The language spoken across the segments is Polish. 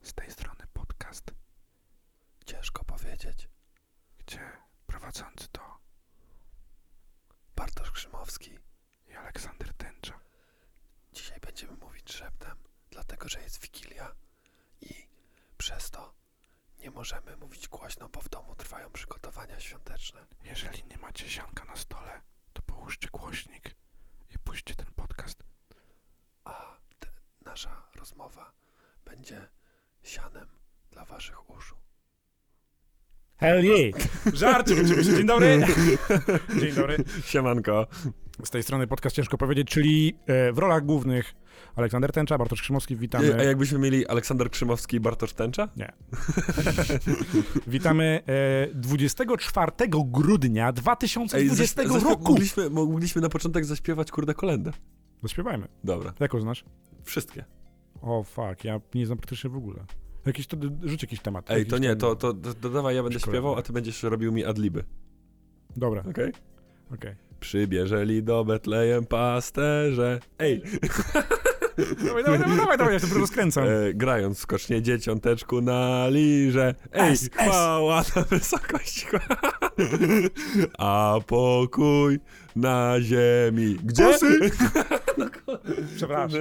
Z tej strony podcast. Ciężko powiedzieć. Gdzie prowadzący to Bartosz Krzymowski. i Aleksander Tęcza. Dzisiaj będziemy mówić szeptem, dlatego że jest Wigilia i przez to nie możemy mówić głośno, bo w domu trwają przygotowania świąteczne. Jeżeli nie macie sianka na stole, to połóżcie głośnik i puśćcie ten podcast. A nasza rozmowa będzie sianem dla waszych uszu. Hell yeah! Żarcie oczywiście. Dzień dobry. Dzień dobry. Siemanko. Z tej strony podcast Ciężko Powiedzieć, czyli w rolach głównych Aleksander Tęcza, Bartosz Krzymowski, witamy. A jakbyśmy mieli Aleksander Krzymowski i Bartosz Tęcza? Nie. Witamy 24 grudnia 2020 roku. Mogliśmy na początek zaśpiewać kurde kolędę. Zaśpiewajmy. Dobra. Jaką znasz? Wszystkie. O fuck, ja nie znam praktycznie w ogóle. Rzuć jakiś temat. Ej, jakiś to nie, ten- to dawaj, ja będę Szkoda. śpiewał, a ty będziesz robił mi adliby. Dobra, Okej? okej. Przybierzeli do Betlejem pasterze. Ej! Dawaj, ja się rozkręcam. Grając skocznie dzieciąteczku na lirze. Ej, S. chwała na wysokość. A pokój na ziemi. Gdzie? Przepraszam.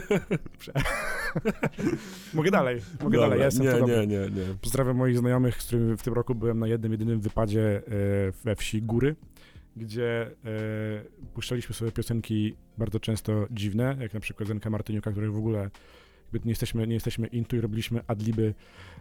Mogę dalej, Dobra, ja jestem to dobry. nie. Pozdrawiam moich znajomych, z którymi w tym roku byłem na jedynym wypadzie we wsi Góry, gdzie puszczaliśmy sobie piosenki bardzo często dziwne, jak na przykład Zenka Martyniuka, których w ogóle jakby nie jesteśmy into i robiliśmy adliby.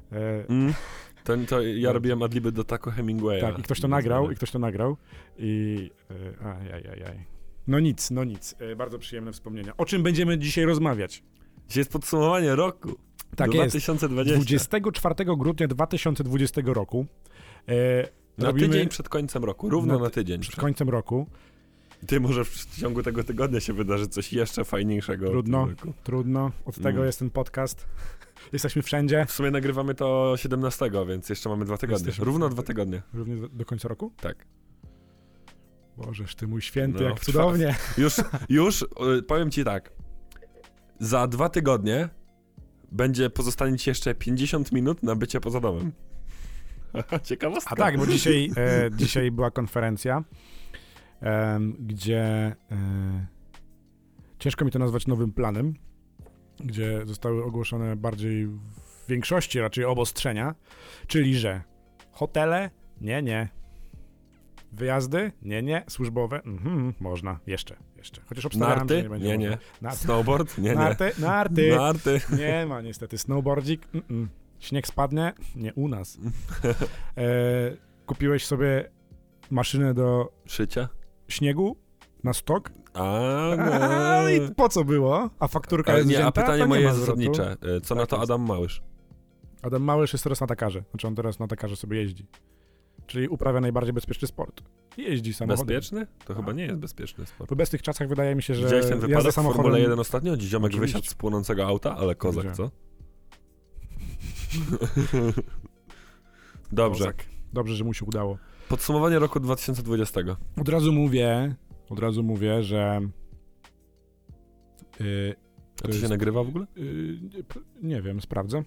To ja robiłem adliby do Taco Hemingwaya. Tak, i ktoś to nagrał i ajajajaj. No nic. Bardzo przyjemne wspomnienia. O czym będziemy dzisiaj rozmawiać? Dzisiaj jest podsumowanie roku. Tak 2020. 24 grudnia 2020 roku. Na tydzień przed końcem roku. Równo na tydzień. Przed końcem roku. Ty może w ciągu tego tygodnia się wydarzy coś jeszcze fajniejszego. Trudno. Od tego jest ten podcast. Jesteśmy wszędzie. W sumie nagrywamy to 17, więc jeszcze mamy 2 tygodnie. Jesteśmy Równo wszędzie. 2 tygodnie. Równie do końca roku? Tak. Bożeż ty mój święty, No, jak cudownie. Już powiem ci tak. Za 2 tygodnie pozostanie ci jeszcze 50 minut na bycie poza domem. Ciekawostka. A tak, bo dzisiaj była konferencja, gdzie ciężko mi to nazwać nowym planem, gdzie zostały ogłoszone bardziej w większości raczej obostrzenia, czyli że hotele, nie. Wyjazdy? Nie. Służbowe? Można. Jeszcze. Chociaż obstawiam, że Narty? nie będzie Nie. można. Snowboard? Nie. Narty. Nie ma niestety. Snowboardzik? Śnieg spadnie? Nie u nas. Kupiłeś sobie maszynę do Szycia? śniegu na stok? No. I po co było? A fakturka jest Nie, a wzięta? pytanie To nie moje ma jest zwrotu. zasadnicze. Co na Tak to jest. Adam Małysz? Adam Małysz jest teraz na Dakarze. Znaczy on teraz na Dakarze sobie jeździ. Czyli uprawia najbardziej bezpieczny sport. Jeździ samochodem. Bezpieczny? To chyba nie jest bezpieczny sport. W obecnych czasach wydaje mi się, że Widziałeś ten jazda wypadek w samochodem... Formule 1 ostatnio? Gdzie ziomek Oczywiście. wysiadł z płonącego auta, ale kozak, Widziałem. co? Dobrze. Kozak. Dobrze, że mu się udało. Podsumowanie roku 2020. Od razu mówię, że... A to się nagrywa w ogóle? Nie wiem, sprawdzę.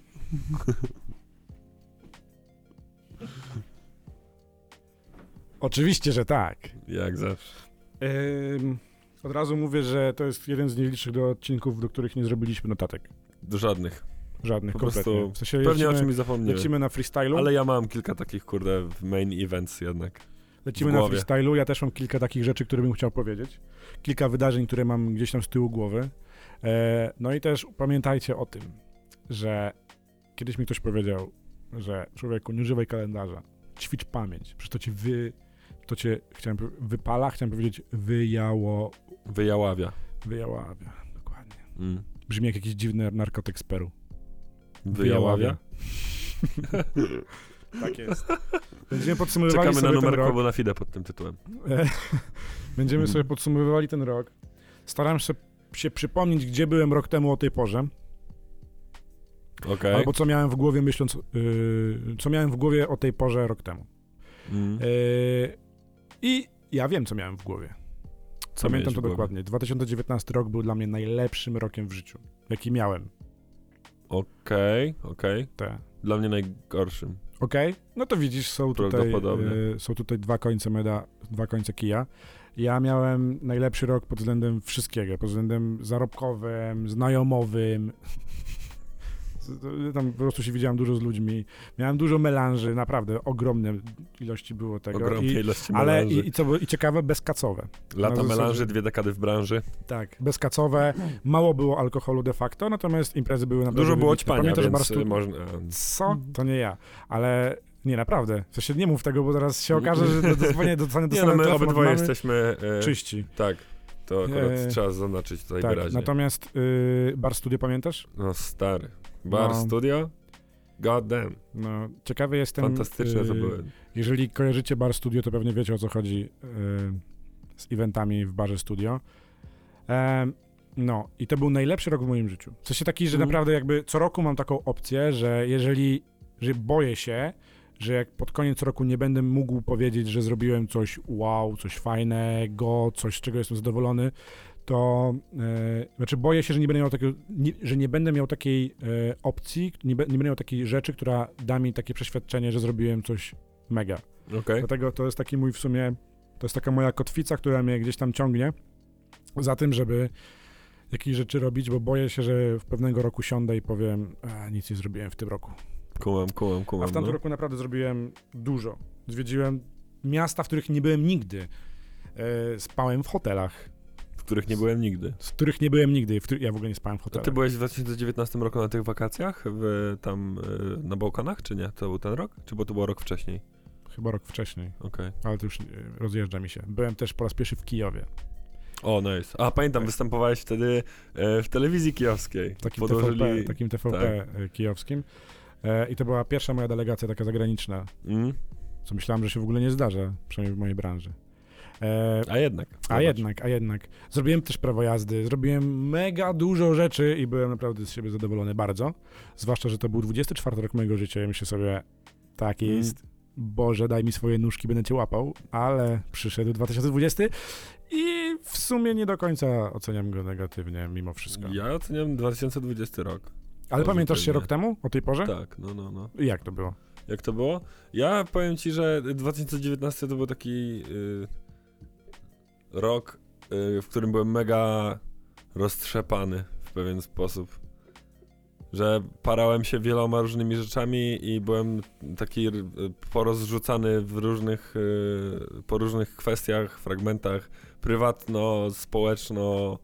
Oczywiście, że tak. Jak zawsze. Od razu mówię, że to jest jeden z nielicznych odcinków, do których nie zrobiliśmy notatek. Do żadnych. Żadnych, Po kompletnie. prostu W sensie pewnie o czymś zapomniałem. lecimy na freestylu. Ale ja mam kilka takich, kurde, main events jednak. Lecimy w na głowie. freestylu. Ja też mam kilka takich rzeczy, które bym chciał powiedzieć. Kilka wydarzeń, które mam gdzieś tam z tyłu głowy. No i też pamiętajcie o tym, że kiedyś mi ktoś powiedział, że człowieku, nie używaj kalendarza. Ćwicz pamięć. Przecież to cię wypala, chciałem powiedzieć Wyjaławia. wyjaławia. Dokładnie. Mm. Brzmi jak jakiś dziwny narkotyk z Peru. Wyjaławia? Tak jest. Będziemy podsumowywali Czekamy sobie na ten numer rok. Kobo na Fide pod tym tytułem. Będziemy sobie podsumowywali ten rok. Staram się przypomnieć, gdzie byłem rok temu o tej porze. Okej. Albo co miałem w głowie co miałem w głowie o tej porze rok temu. Mm. I ja wiem, co miałem w głowie. Co Pamiętam miałeś to w głowie? dokładnie. 2019 rok był dla mnie najlepszym rokiem w życiu, jaki miałem. Okej. Te. Dla mnie najgorszym. Okej? No to widzisz, Prawdopodobnie. są tutaj dwa końce kija. Ja miałem najlepszy rok pod względem wszystkiego, pod względem zarobkowym, znajomowym. Tam po prostu się widziałem dużo z ludźmi. Miałem dużo melanży, naprawdę ogromne ilości było tego. Ogromne ilości Ale melanży. i co było, i ciekawe, bezkacowe. Lata na zasadzie- melanży, 2 dekady w branży. Tak, bezkacowe, mało było alkoholu de facto, natomiast imprezy były naprawdę Dużo było wybitne. ćpania, Pamiętasz, więc Bar Studio? można... Co? To nie ja, ale nie, naprawdę. W sensie nie mów tego, bo zaraz się okaże, że dostanę Nie, no my telefon, obydwoje mamy jesteśmy... czyści. Tak, to akurat trzeba zaznaczyć tutaj Tak, wyraźnie. natomiast Bar Studio pamiętasz? No stary. Bar No. Studio? God damn. No, ciekawy jestem, Fantastyczne to były. jeżeli kojarzycie Bar Studio, to pewnie wiecie, o co chodzi z eventami w Barze Studio. No, i to był najlepszy rok w moim życiu. W sensie taki, że naprawdę jakby co roku mam taką opcję, że że boję się, że jak pod koniec roku nie będę mógł powiedzieć, że zrobiłem coś wow, coś fajnego, coś, z czego jestem zadowolony, to znaczy boję się, że nie będę miał że nie będę miał takiej opcji, nie będę miał takiej rzeczy, która da mi takie przeświadczenie, że zrobiłem coś mega. Okej. Dlatego to jest taki mój w sumie, to jest taka moja kotwica, która mnie gdzieś tam ciągnie za tym, żeby jakieś rzeczy robić, bo boję się, że w pewnego roku siądę i powiem, nic nie zrobiłem w tym roku. Kumam. A w tamtym no. roku naprawdę zrobiłem dużo. Zwiedziłem miasta, w których nie byłem nigdy. Spałem w hotelach, W których nie byłem nigdy. w których nie byłem nigdy. Ja w ogóle nie spałem w A hotelach. ty byłeś w 2019 roku na tych wakacjach? Tam na Bałkanach, czy nie? To był ten rok? Czy bo to był rok wcześniej? Chyba rok wcześniej, Okej. ale to już rozjeżdża mi się. Byłem też po raz pierwszy w Kijowie. O, nice. A pamiętam, Tak. występowałeś wtedy w telewizji kijowskiej. Takim TVP kijowskim. I to była pierwsza moja delegacja taka zagraniczna, co myślałem, że się w ogóle nie zdarza, przynajmniej w mojej branży. A jednak. A jednak. Zrobiłem też prawo jazdy, zrobiłem mega dużo rzeczy i byłem naprawdę z siebie zadowolony bardzo. Zwłaszcza, że to był 24 rok mojego życia i myślę sobie, tak jest, Boże, daj mi swoje nóżki, będę cię łapał, ale przyszedł 2020 i w sumie nie do końca oceniam go negatywnie mimo wszystko. Ja oceniam 2020 rok. Ale pamiętasz się pozytywnie. rok temu, o tej porze? Tak, no. I jak to było? Jak to było? Ja powiem ci, że 2019 to był taki rok, w którym byłem mega roztrzepany w pewien sposób. Że parałem się wieloma różnymi rzeczami i byłem taki porozrzucany po różnych kwestiach, fragmentach prywatno, społeczno,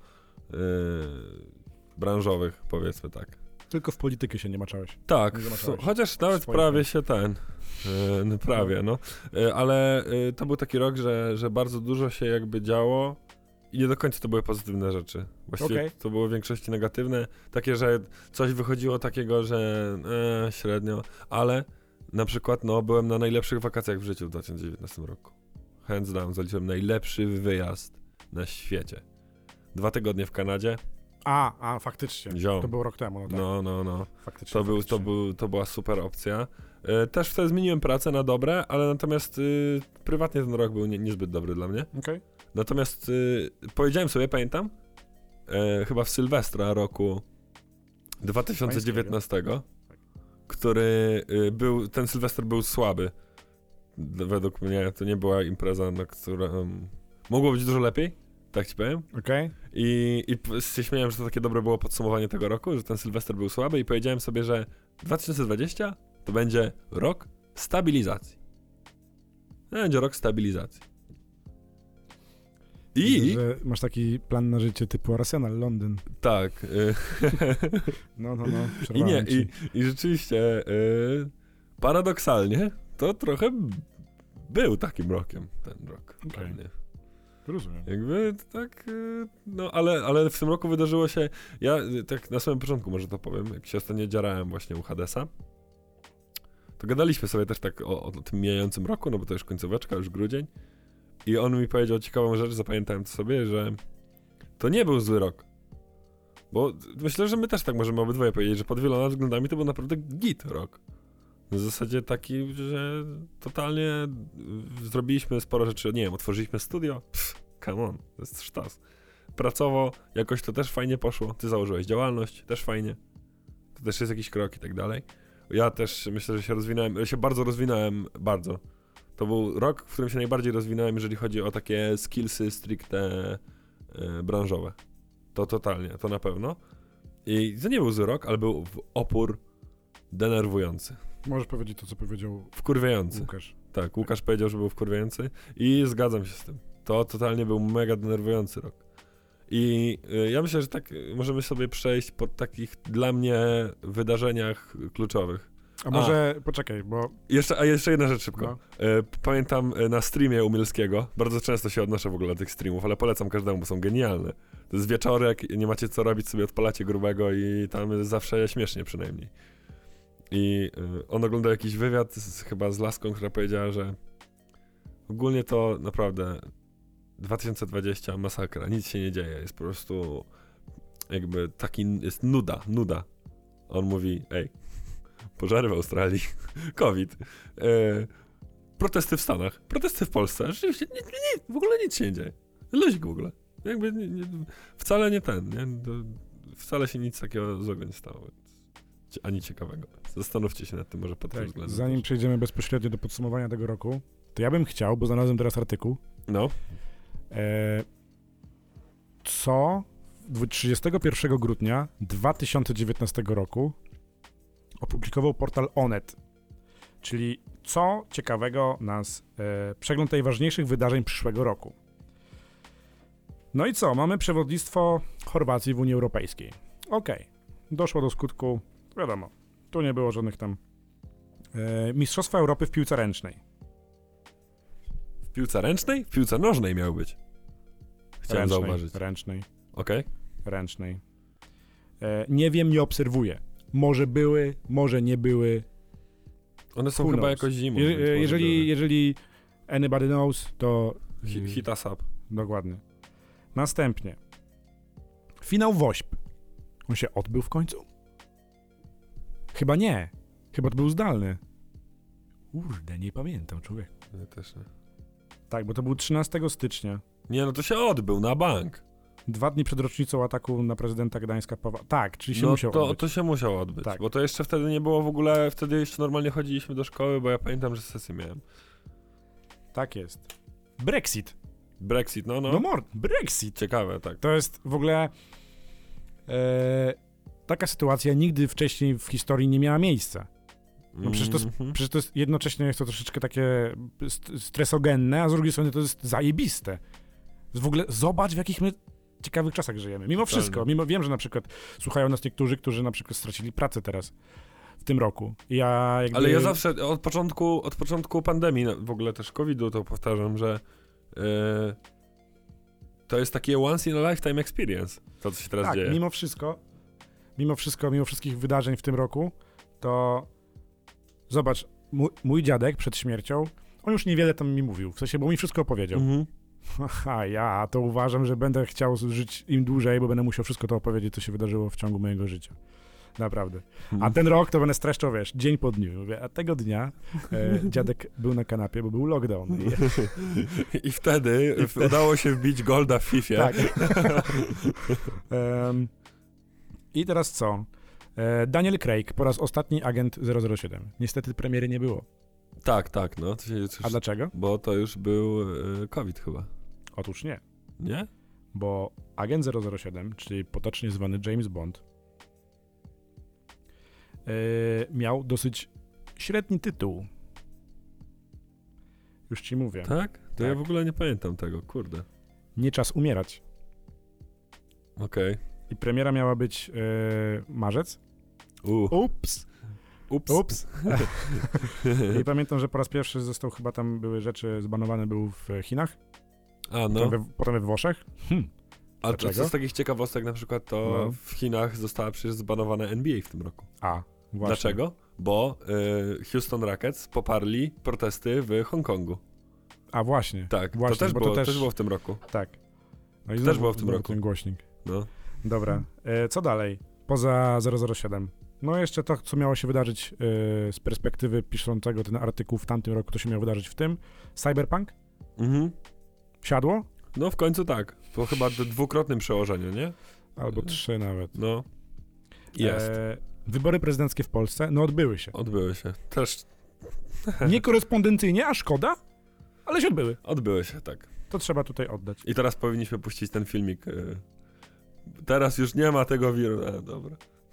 branżowych, powiedzmy tak. Tylko w politykę się nie maczałeś. Tak, Nie zobaczyłeś chociaż nawet swoich prawie rąk. się prawie, no. Ale to był taki rok, że bardzo dużo się jakby działo i nie do końca to były pozytywne rzeczy. Właściwie Okej. to było w większości negatywne, takie, że coś wychodziło takiego, że średnio, ale na przykład, no, byłem na najlepszych wakacjach w życiu w 2019 roku. Hands down, zaliczyłem najlepszy wyjazd na świecie. 2 tygodnie w Kanadzie. Faktycznie. Ziom. To był rok temu, no tak. No. Faktycznie. To była super opcja. Też wtedy zmieniłem pracę na dobre, ale natomiast prywatnie ten rok był niezbyt dobry dla mnie. Okej. Natomiast powiedziałem sobie, pamiętam, chyba w Sylwestra roku 2019, który ten Sylwester był słaby. Według mnie to nie była impreza, na którą mogło być dużo lepiej, tak ci powiem. Okej. I się śmiałem, że to takie dobre było podsumowanie tego roku, że ten Sylwester był słaby i powiedziałem sobie, że 2020 to będzie rok stabilizacji. Będzie rok stabilizacji. I Że masz taki plan na życie typu Arsenal Londyn. tak. No. I nie, przerwałem ci. i rzeczywiście paradoksalnie to trochę był takim rokiem ten rok. Okej. Pewnie. Rozumiem. Jakby tak, no ale w tym roku wydarzyło się, ja tak na samym początku może to powiem, jak się ostatnio dzierałem właśnie u Hadesa, to gadaliśmy sobie też tak o tym mijającym roku, no bo to już końcóweczka, już grudzień i on mi powiedział ciekawą rzecz, zapamiętałem to sobie, że to nie był zły rok, bo myślę, że my też tak możemy obydwoje powiedzieć, że pod wieloma względami to był naprawdę git rok. W zasadzie taki, że totalnie zrobiliśmy sporo rzeczy, nie wiem, otworzyliśmy studio, come on, to jest sztas. Pracowo jakoś to też fajnie poszło, ty założyłeś działalność, też fajnie. to też jest jakiś krok i tak dalej. Ja też myślę, że się bardzo rozwinąłem, bardzo. To był rok, w którym się najbardziej rozwinąłem, jeżeli chodzi o takie skillsy stricte branżowe. To totalnie, to na pewno. I to nie był zły rok, ale był w opór denerwujący. Możesz powiedzieć to, co powiedział Wkurwiający. Łukasz. Tak, Łukasz powiedział, że był wkurwiający i zgadzam się z tym. To totalnie był mega denerwujący rok. I ja myślę, że tak możemy sobie przejść po takich dla mnie wydarzeniach kluczowych. A może, poczekaj, bo... Jeszcze jedna rzecz szybko. No. Pamiętam na streamie Umielskiego, bardzo często się odnoszę w ogóle do tych streamów, ale polecam każdemu, bo są genialne. To jest wieczory, jak nie macie co robić, sobie odpalacie grubego i tam jest zawsze śmiesznie przynajmniej. I on oglądał jakiś wywiad chyba z laską, która powiedziała, że ogólnie to naprawdę 2020 masakra, nic się nie dzieje, jest po prostu jakby jest nuda. On mówi, pożary w Australii, COVID, protesty w Stanach, protesty w Polsce, rzeczywiście w ogóle nic się nie dzieje, luzik w ogóle, jakby wcale nie wcale się nic takiego złego nie stało, ani ciekawego. Zastanówcie się nad tym może pod tym względem. Zanim przejdziemy bezpośrednio do podsumowania tego roku, to ja bym chciał, bo znalazłem teraz artykuł, No. co 31 grudnia 2019 roku opublikował portal Onet, czyli co ciekawego nas przegląd najważniejszych wydarzeń przyszłego roku. No i co? Mamy przewodnictwo Chorwacji w Unii Europejskiej. Okej, doszło do skutku, wiadomo, tu nie było żadnych tam Mistrzostwa Europy w piłce ręcznej. W piłce ręcznej? W piłce nożnej miał być. Chciałem zauważyć. Ręcznej. Okej. Ręcznej. Nie wiem, nie obserwuję. Może były, może nie były. One są Who chyba knows? jakoś zimą. Jeżeli anybody knows, to... Hit us up. Dokładnie. Następnie. Finał WOŚP. On się odbył w końcu? Chyba nie. Chyba to był zdalny. Kurde, nie pamiętam, człowiek. Ja też nie. Tak, bo to był 13 stycznia. Nie, no to się odbył na bank. 2 dni przed rocznicą ataku na prezydenta Gdańska Pawła. Tak, czyli się musiał odbyć. To się musiał odbyć, Tak. bo to jeszcze wtedy nie było w ogóle, wtedy jeszcze normalnie chodziliśmy do szkoły, bo ja pamiętam, że sesję miałem. Tak jest. Brexit. Brexit, no. Brexit. Ciekawe, tak. To jest w ogóle taka sytuacja nigdy wcześniej w historii nie miała miejsca. No przecież to jest jednocześnie jest to troszeczkę takie stresogenne, a z drugiej strony to jest zajebiste. W ogóle zobacz, w jakich my ciekawych czasach żyjemy. Mimo wszystko, wiem, że na przykład słuchają nas niektórzy, którzy na przykład stracili pracę teraz, w tym roku. Ale ja zawsze, od początku pandemii, w ogóle też COVID-u to powtarzam, że to jest takie once in a lifetime experience, to co się teraz dzieje. Mimo wszystkich wydarzeń w tym roku, to zobacz, mój dziadek przed śmiercią, on już niewiele tam mi mówił, w sensie, bo mi wszystko opowiedział. Aha, ja to uważam, że będę chciał żyć im dłużej, bo będę musiał wszystko to opowiedzieć, co się wydarzyło w ciągu mojego życia. Naprawdę. A ten rok to będę streszczał, wiesz, dzień po dniu. Mówię, a tego dnia dziadek był na kanapie, bo był lockdown. I wtedy udało się wbić golda w FIFA. Tak. I teraz co? Daniel Craig, po raz ostatni agent 007. Niestety premiery nie było. Tak, no. A dlaczego? Bo to już był COVID chyba. Otóż nie. Nie? Bo agent 007, czyli potocznie zwany James Bond, miał dosyć średni tytuł. Już ci mówię. Tak? To ja w ogóle nie pamiętam tego, kurde. Nie czas umierać. Okej. I premiera miała być marzec. Ups. I pamiętam, że po raz pierwszy został chyba tam były rzeczy zbanowane był w Chinach. A no. Potem we Włoszech. A to co z takich ciekawostek na przykład to w Chinach została przecież zbanowana NBA w tym roku. A, właśnie. Dlaczego? Bo Houston Rockets poparli protesty w Hongkongu. A właśnie. Tak, właśnie, to też było w tym roku. Tak. No i też było w tym roku. Ten głośnik. No. Dobra. Co dalej? Poza 007. No jeszcze to, co miało się wydarzyć z perspektywy piszącego ten artykuł w tamtym roku, to się miało wydarzyć w tym. Cyberpunk? Siadło? No w końcu tak. Po chyba dwukrotnym przełożeniu, nie? Albo 3 nawet. No. Jest. Wybory prezydenckie w Polsce, no odbyły się. Odbyły się. Też Niekorespondencyjnie, a szkoda, ale się odbyły. odbyły się, tak. To trzeba tutaj oddać. I teraz powinniśmy puścić ten filmik. Teraz już nie ma tego wirusa. Dobra.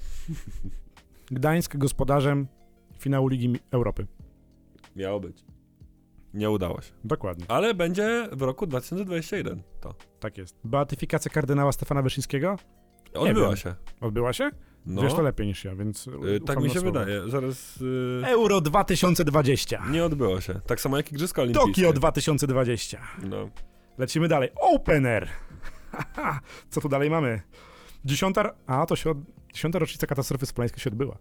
Gdańsk gospodarzem finału Ligi Europy. Miało być. Nie udało się. Dokładnie, Ale będzie w roku 2021 to. tak jest. Beatyfikacja kardynała Stefana Wyszyńskiego Odbyła wiem. się. odbyła się? No, Wiesz to lepiej niż ja, więc tak ufam mi na się słowo. wydaje. Zaraz Euro 2020. nie odbyło się. Tak samo jak Igrzyska Olimpijskie. Tokio 2020. No. Lecimy dalej. Opener. Co tu dalej mamy? 10. rocznica katastrofy smoleńskiej się odbyła.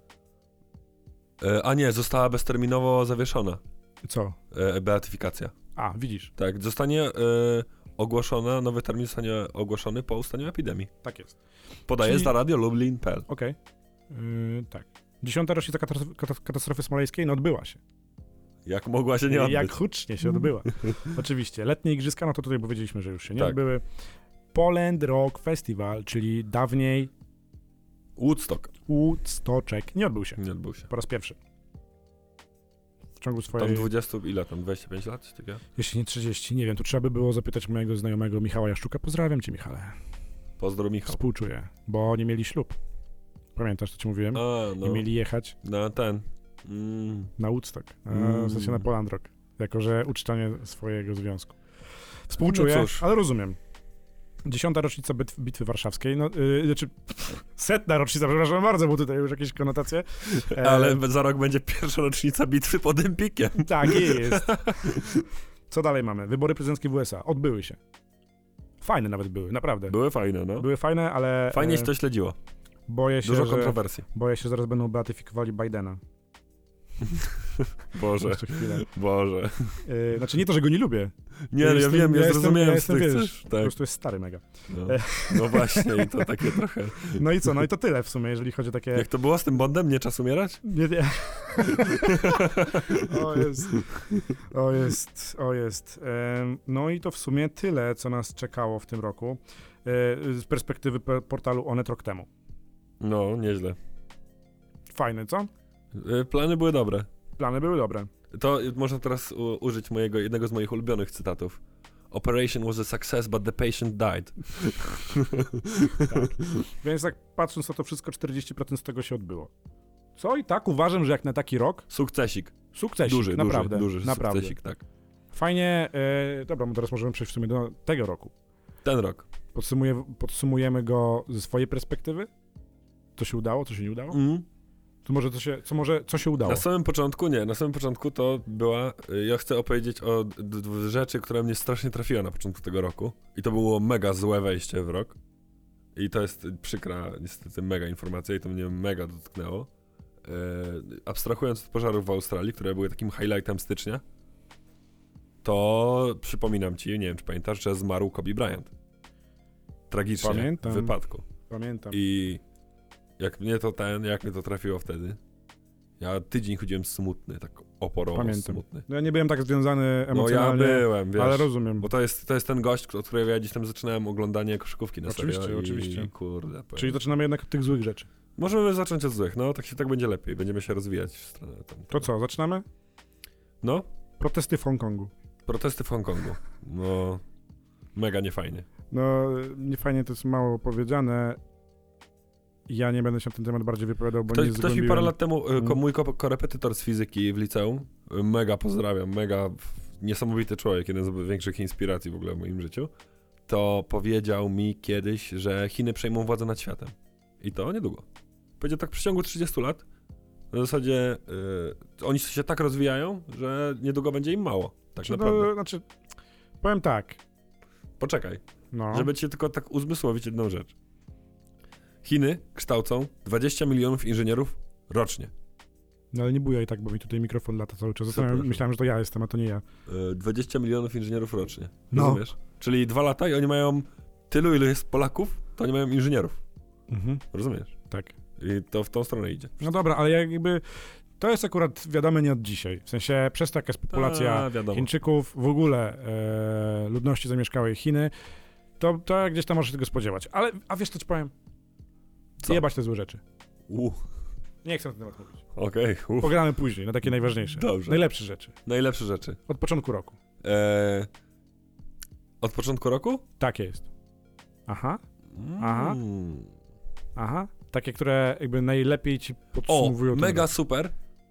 A nie, została bezterminowo zawieszona Co? beatyfikacja. A, widzisz. Tak, zostanie ogłoszona, nowy termin zostanie ogłoszony po ustaniu epidemii. Tak jest. Podaje Czyli- za radio Lublin.pl. Okej. Tak. 10. rocznica katastrofy smoleńskiej, no odbyła się. Jak mogła się nie odbyć? Jak hucznie się odbyła. Oczywiście. Letnie igrzyska, no to tutaj powiedzieliśmy, że już się nie Tak. odbyły. Poland Rock Festival, czyli dawniej Woodstock Woodstoczek, nie odbył się. nie odbył się. Po raz pierwszy. W ciągu Tam swojej... 20, ile tam, 25 lat? Coś takiego? Jeśli nie 30, nie wiem, to trzeba by było zapytać mojego znajomego Michała Jaszczuka. Pozdrawiam cię, Michale. Pozdro Michał. Współczuję, bo nie mieli ślub. Pamiętasz, co ci mówiłem? A, no, Nie mieli jechać na ten. na Woodstock, Mm. w sensie na Poland Rock, jako że uczczanie swojego związku. Współczuję, No cóż. ale rozumiem. 10. rocznica Bitwy Warszawskiej, no, znaczy 100. rocznica, przepraszam bardzo, bo tutaj już jakieś konotacje. Ale za rok będzie pierwsza rocznica bitwy pod Empikiem. Tak jest. Co dalej mamy? Wybory prezydenckie w USA. Odbyły się. Fajne nawet były, naprawdę. Były fajne, no. Były fajne, ale Fajnie się to śledziło. boję się, Dużo że kontrowersji. zaraz będą beatyfikowali Bidena. Boże, Jeszcze chwilę. Boże. Znaczy nie to, że go nie lubię. Nie, ja wiem, ja zrozumiałem, ja jestem, co ty wiesz, chcesz. po Tak. prostu jest stary mega. No. No właśnie, i to takie trochę... No i co? No i to tyle w sumie, jeżeli chodzi o takie... Jak to było z tym Bondem? Nie czas umierać? Nie. O jest. No i to w sumie tyle, co nas czekało w tym roku z perspektywy portalu Onet rok temu. No, nieźle. Fajne, co? Plany były dobre. Plany były dobre. To można teraz użyć jednego z moich ulubionych cytatów. Operation was a success, but the patient died. Tak. Więc tak patrząc na to wszystko, 40% z tego się odbyło. Co i tak uważam, że jak na taki rok, Sukcesik. sukcesik, Duży, naprawdę. duży naprawdę. sukcesik, tak. Fajnie, dobra, teraz możemy przejść w sumie do tego roku. Ten rok. Podsumujemy go ze swojej perspektywy? Co się udało, co się nie udało? To może co się udało? Na samym początku to była, ja chcę opowiedzieć o rzeczy, która mnie strasznie trafiła na początku tego roku i to było mega złe wejście w rok i to jest przykra, niestety mega informacja i to mnie mega dotknęło. Abstrahując od pożarów w Australii, które były takim highlightem stycznia, to przypominam ci, nie wiem czy pamiętasz, że zmarł Kobe Bryant. Tragicznie. Pamiętam. W wypadku. Pamiętam. I jak mnie to trafiło wtedy, ja tydzień chodziłem smutny, tak oporowo Pamiętam. smutny. No ja nie byłem tak związany No emocjonalnie, ja byłem, wiesz, ale rozumiem. bo to jest ten gość, od którego ja gdzieś tam zaczynałem oglądanie koszykówki na Oczywiście, serio oczywiście. I kurde. Czyli zaczynamy jednak od tych złych rzeczy. Możemy zacząć od złych, no tak będzie lepiej, będziemy się rozwijać w stronę tam. To co, zaczynamy? No, Protesty w Hongkongu. protesty w Hongkongu. No, mega niefajnie. No, niefajnie to jest mało powiedziane. Ja nie będę się na ten temat bardziej wypowiadał, bo nie Ktoś mi zgłębiłem. parę lat temu, mój korepetytor z fizyki w liceum, mega pozdrawiam, mega niesamowity człowiek, jeden z większych inspiracji w ogóle w moim życiu, to powiedział mi kiedyś, że Chiny przejmą władzę nad światem. I to niedługo. Powiedział tak w przeciągu 30 lat. W zasadzie oni się tak rozwijają, że niedługo będzie im mało. Tak naprawdę. Znaczy, powiem tak. Poczekaj, No. żeby ci tylko tak uzmysłowić jedną rzecz. Chiny kształcą 20 milionów inżynierów rocznie. No ale nie bujaj tak, bo mi tutaj mikrofon lata cały czas. Przepraszam. Myślałem, że to ja jestem, a to nie ja. 20 milionów inżynierów rocznie. No. Rozumiesz? Czyli 2 lata i oni mają tylu, ilu jest Polaków, to oni mają inżynierów. Mhm. Rozumiesz? Tak. I to w tą stronę idzie. No dobra, ale jakby to jest akurat wiadome nie od dzisiaj. W sensie przez to, jaka jest populacja wiadomo. Chińczyków, w ogóle ludności zamieszkałej Chiny, to gdzieś tam możesz się tego spodziewać. Ale, a wiesz co ci powiem? Co? Jebać te złe rzeczy. Nie chcę na ten temat mówić. Okej, Pogramy później, na takie najważniejsze. Dobrze. Najlepsze rzeczy. Najlepsze rzeczy. Od początku roku. Od początku roku? Tak jest. Aha. Aha. Aha. Takie, które jakby najlepiej ci podsumowują ten mega rok. super.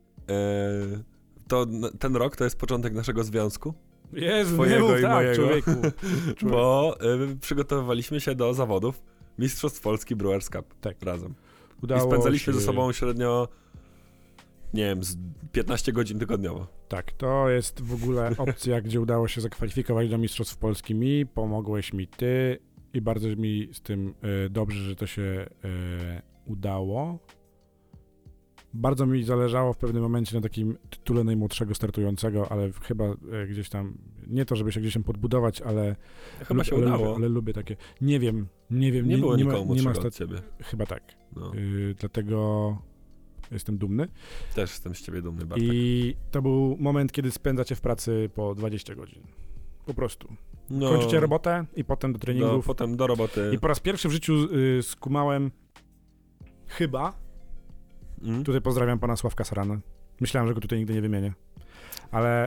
Ten rok to jest początek naszego związku, Jezu, twojego nie mów i tak, mojego. człowieku. bo przygotowywaliśmy się do zawodów Mistrzostw Polski Brewers Cup Tak. razem. Udało I spędzaliśmy się... ze sobą średnio, nie wiem, z 15 godzin tygodniowo. Tak, to jest w ogóle opcja, gdzie udało się zakwalifikować do Mistrzostw Polski mi, pomogłeś mi ty i bardzo mi z tym dobrze, że to się udało. Bardzo mi zależało w pewnym momencie na takim tytule najmłodszego startującego, ale chyba gdzieś tam, nie to żeby się gdzieś tam podbudować, ale... Chyba się udało. Ale lubię takie... Nie wiem. Nie było nikomu nie młodszego ma od ciebie. Chyba tak. No. Dlatego jestem dumny. Też jestem z ciebie dumny, Bartek. I to był moment, kiedy spędzacie w pracy po 20 godzin. Po prostu. No, Kończycie robotę i potem do treningów. potem do roboty. I po raz pierwszy w życiu skumałem chyba, tutaj pozdrawiam pana Sławka Sarana. Myślałem, że go tutaj nigdy nie wymienię. Ale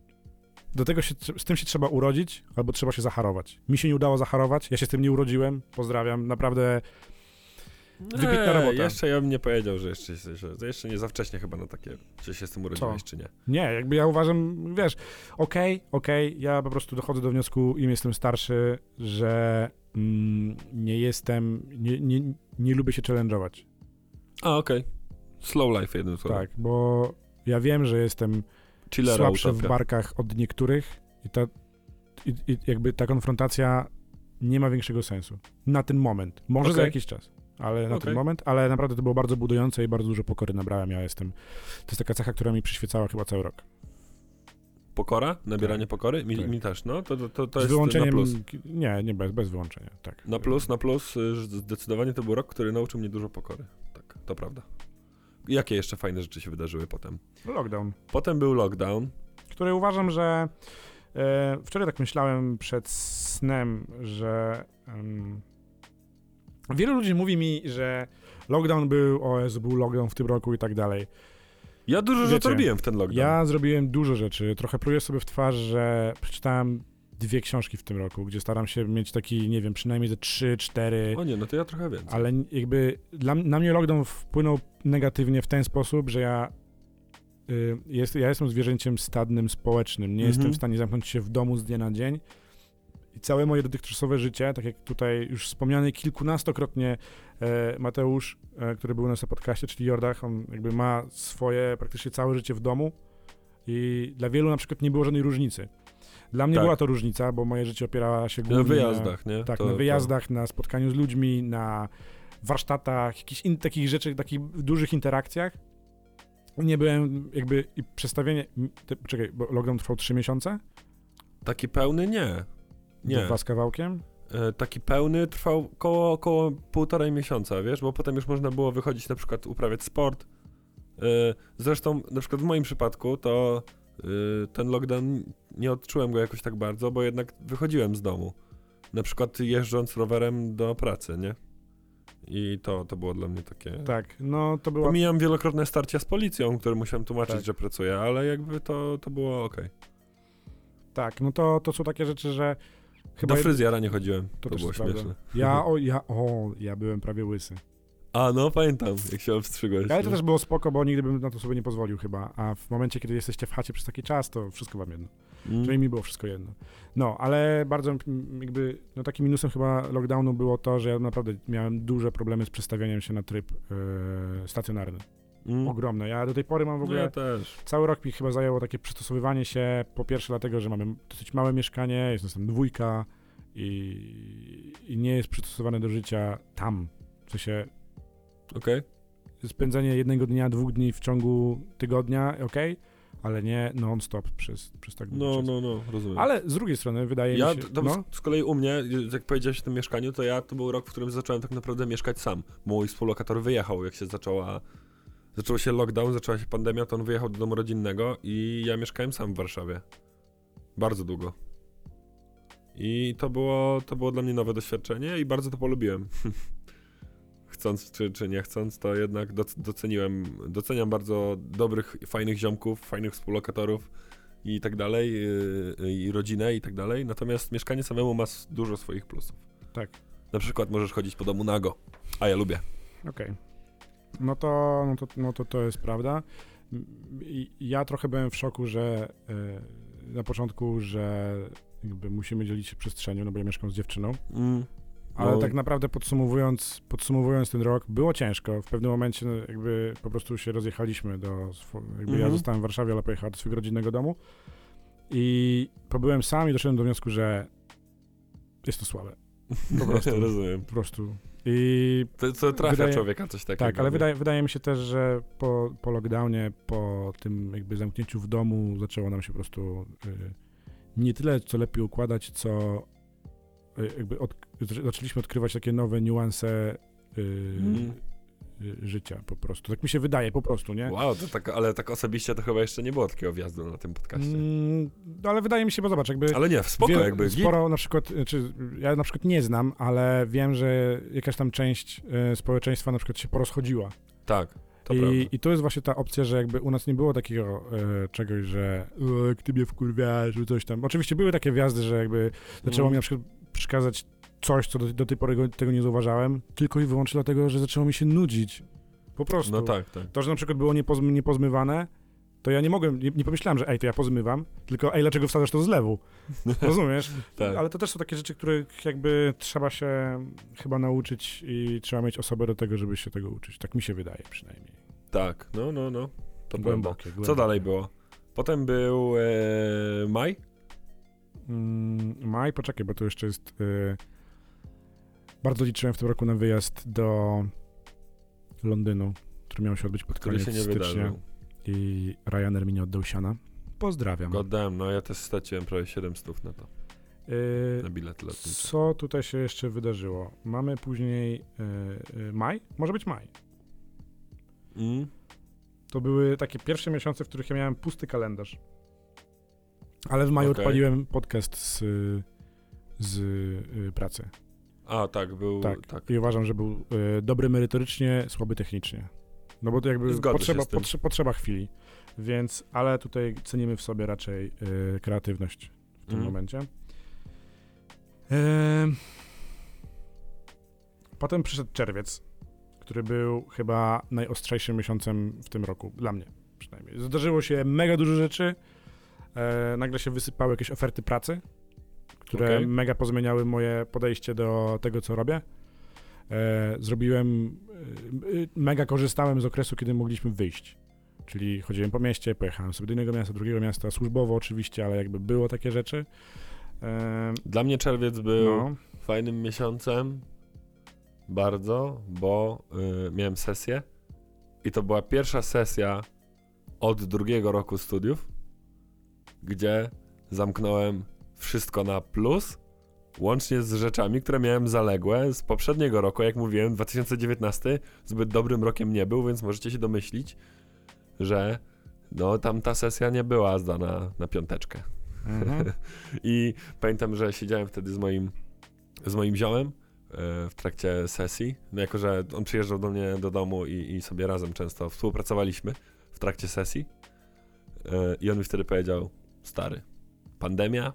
z tym się trzeba urodzić, albo trzeba się zacharować. Mi się nie udało zacharować, ja się z tym nie urodziłem. Pozdrawiam, naprawdę wybitna robota. Jeszcze ja bym nie powiedział, że jeszcze nie za wcześnie chyba na takie, czy się z tym urodziłeś, czy nie. Nie, jakby ja uważam, wiesz, okej, ja po prostu dochodzę do wniosku, im jestem starszy, że nie lubię się challenge'ować. A, okej. Slow life jednym słowem. Tak, bo ja wiem, że jestem Chillera, słabszy utopia. w barkach od niektórych i jakby ta konfrontacja nie ma większego sensu. Na ten moment. Może za jakiś czas, ale na ten moment. Ale naprawdę to było bardzo budujące i bardzo dużo pokory nabrałem. To jest taka cecha, która mi przyświecała chyba cały rok. Pokora? Nabieranie Tak. pokory? Mi, Tak. mi też, no. To Z jest wyłączeniem... na plus. Nie, bez wyłączenia, tak. Na plus, zdecydowanie to był rok, który nauczył mnie dużo pokory. Tak, to prawda. Jakie jeszcze fajne rzeczy się wydarzyły potem? Lockdown. Potem był lockdown. Który uważam, że wczoraj tak myślałem przed snem, że wielu ludzi mówi mi, że lockdown był lockdown w tym roku i tak dalej. Ja dużo rzeczy robiłem w ten lockdown. Ja zrobiłem dużo rzeczy. Trochę pluję sobie w twarz, że przeczytałem 2 książki w tym roku, gdzie staram się mieć taki, nie wiem, przynajmniej ze 3-4. O nie, no to ja trochę więcej. Ale jakby na mnie lockdown wpłynął negatywnie w ten sposób, że ja jestem zwierzęciem stadnym, społecznym. Nie jestem w stanie zamknąć się w domu z dnia na dzień. I całe moje dotychczasowe życie, tak jak tutaj już wspomniany kilkunastokrotnie Mateusz, który był na naszym podcaście, czyli Jordach, on jakby ma swoje praktycznie całe życie w domu i dla wielu na przykład nie było żadnej różnicy. Dla mnie była to różnica, bo moje życie opierało się głównie na wyjazdach, nie? Tak, na wyjazdach, na spotkaniu z ludźmi, na warsztatach, jakichś takich rzeczy, takich dużych interakcjach. Nie byłem jakby i przestawienie... Czekaj, bo lockdown trwał 3 miesiące? Taki pełny? Nie. 2 z kawałkiem? Taki pełny trwał około 1,5 miesiąca, wiesz, bo potem już można było wychodzić na przykład uprawiać sport. Zresztą na przykład w moim przypadku to ten lockdown nie odczułem go jakoś tak bardzo, bo jednak wychodziłem z domu. Na przykład jeżdżąc rowerem do pracy, nie? I to było dla mnie takie... Tak, no to było... Pomijam wielokrotne starcia z policją, które musiałem tłumaczyć, Tak. że pracuję, ale jakby to było okej. Tak, no to są takie rzeczy, że... Do fryzjera nie chodziłem, to też było jest prawda. śmieszne. Ja byłem prawie łysy. A no, pamiętam, jak się obstrzygłeś. Ale to też było spoko, bo nigdy bym na to sobie nie pozwolił chyba, a w momencie, kiedy jesteście w chacie przez taki czas, to wszystko wam jedno. Czyli mi było wszystko jedno. No, ale bardzo jakby, no takim minusem chyba lockdownu było to, że ja naprawdę miałem duże problemy z przestawianiem się na tryb stacjonarny. Ogromne. Ja do tej pory mam w ogóle... Ja też. Cały rok mi chyba zajęło takie przystosowywanie się, po pierwsze dlatego, że mamy dosyć małe mieszkanie, jest nas tam 2 i nie jest przystosowane do życia tam. W sensie spędzenie 1 dnia, 2 dni w ciągu tygodnia, ale nie non-stop przez tak długi czas. No, rozumiem. Ale z drugiej strony wydaje mi się... Z kolei u mnie, jak powiedziałeś o tym mieszkaniu, to był rok, w którym zacząłem tak naprawdę mieszkać sam. Mój współlokator wyjechał, jak się zaczął się lockdown, zaczęła się pandemia, to on wyjechał do domu rodzinnego i ja mieszkałem sam w Warszawie. Bardzo długo. I to było dla mnie nowe doświadczenie i bardzo to polubiłem. chcąc czy nie chcąc, to jednak doceniam bardzo dobrych, fajnych ziomków, fajnych współlokatorów i tak dalej, i rodzinę i tak dalej, natomiast mieszkanie samemu ma dużo swoich plusów. Tak. Na przykład możesz chodzić po domu nago, a ja lubię. Okej. No to jest prawda. Ja trochę byłem w szoku, że na początku, że jakby musimy dzielić się przestrzenią, no bo ja mieszkam z dziewczyną. Ale tak naprawdę podsumowując ten rok, było ciężko. W pewnym momencie jakby po prostu się rozjechaliśmy ja zostałem w Warszawie, ale pojechałem do swojego rodzinnego domu i pobyłem sam i doszedłem do wniosku, że jest to słabe. Po prostu. Rozumiem. Po prostu. I to trafia człowieka coś takiego. tak, ale wydaje mi się też, że po lockdownie, po tym jakby zamknięciu w domu zaczęło nam się po prostu nie tyle co lepiej układać, co jakby zaczęliśmy odkrywać takie nowe niuanse życia po prostu. Tak mi się wydaje po prostu, nie? Wow, ale tak osobiście to chyba jeszcze nie było takiego wjazdu na tym podcaście. Ale wydaje mi się, bo zobacz, jakby... Ale nie, spoko jakby. Sporo na przykład, ja na przykład nie znam, ale wiem, że jakaś tam część społeczeństwa na przykład się porozchodziła. Tak, to prawda. I to jest właśnie ta opcja, że jakby u nas nie było takiego czegoś, że jak ty mnie wkurwiasz, czy coś tam. Oczywiście były takie wjazdy, że jakby zaczęło mi na przykład przeszkadzać coś, co do tej pory tego nie zauważałem, tylko i wyłącznie dlatego, że zaczęło mi się nudzić. Po prostu. No tak. To, że na przykład było niepozmywane, to ja nie pomyślałem, że to ja pozmywam, tylko dlaczego wsadzasz to z lewu? Rozumiesz? Tak. Ale to też są takie rzeczy, których jakby trzeba się chyba nauczyć i trzeba mieć osobę do tego, żeby się tego uczyć. Tak mi się wydaje przynajmniej. Tak, no. To Głębokie. Co dalej było? Potem był maj? Maj, poczekaj, bo to jeszcze jest... Bardzo liczyłem w tym roku na wyjazd do Londynu, który miał się odbyć pod Który koniec się nie stycznia. wydarzył. I Ryanair mi nie oddał siana. Pozdrawiam. Goddamn, no ja też straciłem prawie 700 na to. Na bilet lotniczy. Co tutaj się jeszcze wydarzyło? Mamy później maj? Może być maj. To były takie pierwsze miesiące, w których ja miałem pusty kalendarz. Ale w maju odpaliłem podcast z pracy. A, tak, był... Tak. I uważam, że był dobry merytorycznie, słaby technicznie. No bo to jakby potrzeba chwili. Więc, ale tutaj cenimy w sobie raczej kreatywność w tym momencie. Potem przyszedł czerwiec, który był chyba najostrzejszym miesiącem w tym roku, dla mnie przynajmniej. Zdarzyło się mega dużo rzeczy, nagle się wysypały jakieś oferty pracy, które mega pozmieniały moje podejście do tego, co robię. Mega korzystałem z okresu, kiedy mogliśmy wyjść. Czyli chodziłem po mieście, pojechałem sobie do innego miasta, drugiego miasta, służbowo oczywiście, ale jakby było takie rzeczy. Dla mnie czerwiec był fajnym miesiącem, bardzo, bo miałem sesję i to była pierwsza sesja od drugiego roku studiów, gdzie zamknąłem wszystko na plus, łącznie z rzeczami, które miałem zaległe z poprzedniego roku. Jak mówiłem, 2019 zbyt dobrym rokiem nie był, więc możecie się domyślić, że tamta sesja nie była zdana na piąteczkę. I pamiętam, że siedziałem wtedy z moim ziomem w trakcie sesji. No jako, że on przyjeżdżał do mnie do domu i sobie razem często współpracowaliśmy w trakcie sesji. I on mi wtedy powiedział: stary, pandemia?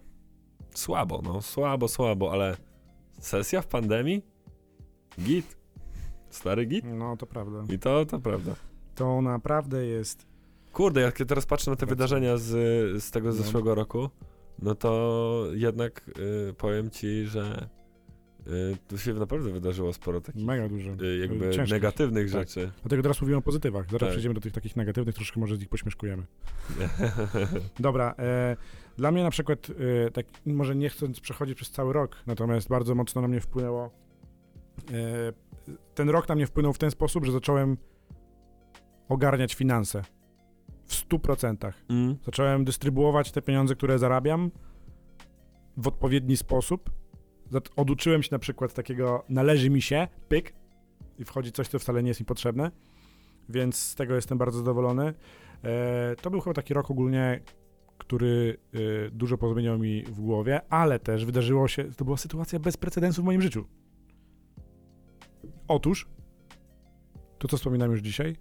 Słabo, ale sesja w pandemii? Git. Stary git. No, to prawda. I to prawda. To naprawdę jest... Kurde, jak teraz patrzę na te wydarzenia z tego zeszłego roku, no to jednak powiem ci, że tu się naprawdę wydarzyło sporo takich mega dużo. Jakby ciężkich, negatywnych rzeczy. Dlatego teraz mówimy o pozytywach. Zaraz przejdziemy do tych takich negatywnych, troszkę może z nich pośmieszkujemy. Dobra, dla mnie na przykład, tak może nie chcąc przechodzić przez cały rok, natomiast bardzo mocno na mnie wpłynęło, ten rok na mnie wpłynął w ten sposób, że zacząłem ogarniać finanse w 100%. Zacząłem dystrybuować te pieniądze, które zarabiam w odpowiedni sposób. Oduczyłem się na przykład takiego należy mi się, pyk, i wchodzi coś, co wcale nie jest mi potrzebne, więc z tego jestem bardzo zadowolony. To był chyba taki rok ogólnie, który dużo pozmieniał mi w głowie, ale też wydarzyło się, to była sytuacja bez precedensu w moim życiu. Otóż to co wspominam już dzisiaj,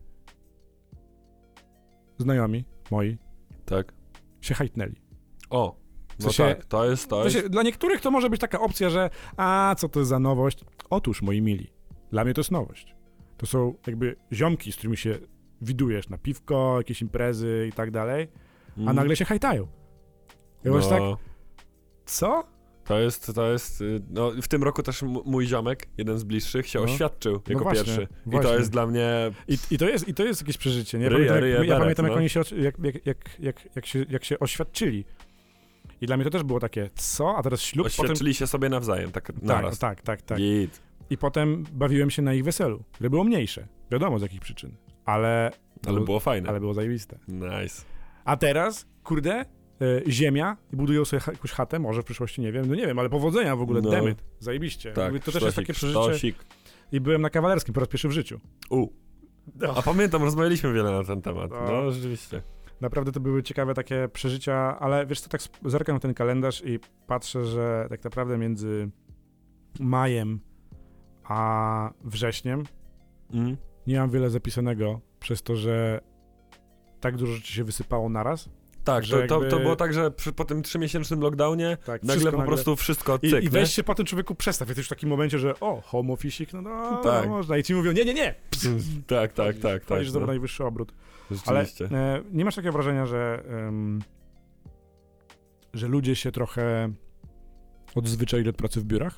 znajomi moi Tak. się hajtnęli. O, W no sensie- tak, to jest... Dla niektórych to może być taka opcja, że co to jest za nowość? Otóż, moi mili, dla mnie to jest nowość. To są jakby ziomki, z którymi się widujesz na piwko, jakieś imprezy i tak dalej, a nagle się hajtają. Ja no, tak, co? to jest, no w tym roku też mój ziomek, jeden z bliższych, się No. oświadczył jako właśnie, pierwszy. I właśnie. to jest dla mnie... I to jest jakieś przeżycie, nie? Ryja, Pamiętam, ryja, ja beret, pamiętam, jak no. oni się, jak się oświadczyli. I dla mnie to też było takie, co? A teraz ślub, potem... Oświadczyli się sobie nawzajem, tak naraz. Tak. Git. I potem bawiłem się na ich weselu, które było mniejsze. Wiadomo z jakich przyczyn. Ale Było fajne. ale było zajebiste. Nice. A teraz, kurde, ziemia i budują sobie jakąś chatę, może w przyszłości, nie wiem, ale powodzenia w ogóle, No. demyt, zajebiście. Tak, Mówię, to też jest takie przeżycie. sztosik. I byłem na Kawalerskim po raz pierwszy w życiu. A pamiętam, rozmawialiśmy wiele na ten temat. No. No, rzeczywiście. Naprawdę to były ciekawe takie przeżycia, ale wiesz co, tak zerkam na ten kalendarz i patrzę, że tak naprawdę między majem a wrześniem nie mam wiele zapisanego, przez to, że tak dużo rzeczy się wysypało naraz. Tak, Że to jakby- było tak, że po tym 3-miesięcznym lockdownie Tak, nagle wszystko po prostu wszystko cyk, I weź się po tym człowieku przestaw. Jesteś w takim momencie, że home office'ik, Tak. no można. I ci mówią, nie. Tak. Wchodzisz do No. najwyższy obrót. Ale Rzeczywiście. nie masz takiego wrażenia, że ludzie się trochę odzwyczaili od pracy w biurach?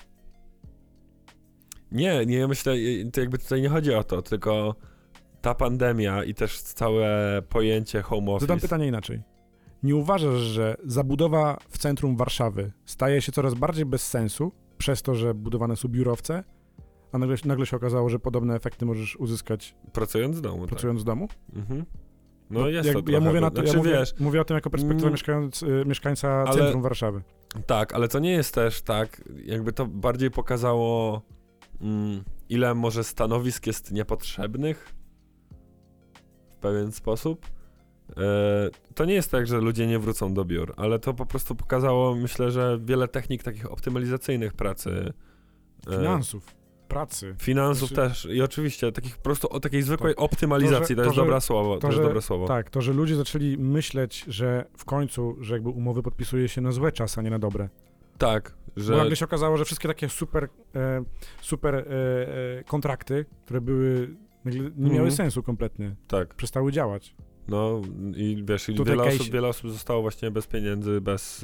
Nie, ja myślę, to jakby tutaj nie chodzi o to, tylko ta pandemia i też całe pojęcie home office. Zadam pytanie inaczej. Nie uważasz, że zabudowa w centrum Warszawy staje się coraz bardziej bez sensu przez to, że budowane są biurowce, a nagle się okazało, że podobne efekty możesz uzyskać Pracując z domu, pracując w domu? tak. Mhm. No Bo jest jak, to ja trochę, mówię, znaczy, wiesz, mówię o tym jako perspektywa mieszkańca ale- centrum Warszawy. tak, ale to nie jest też tak, jakby to bardziej pokazało, ile może stanowisk jest niepotrzebnych w pewien sposób. To nie jest tak, że ludzie nie wrócą do biur, ale to po prostu pokazało, myślę, że wiele technik takich optymalizacyjnych pracy. Finansów, pracy. Finansów Znaczy- też i oczywiście takich po prostu o takiej zwykłej Tak. optymalizacji, to jest że- dobre słowo, to jest dobre słowo. Tak, to, że ludzie zaczęli myśleć, że w końcu, że jakby umowy podpisuje się na złe czasy, a nie na dobre. Tak, Bo że nagle się okazało, że wszystkie takie super kontrakty, które były, nagle nie miały sensu kompletnie. tak, Przestały działać. no i wiesz, i Tutaj wiele osób zostało właśnie bez pieniędzy,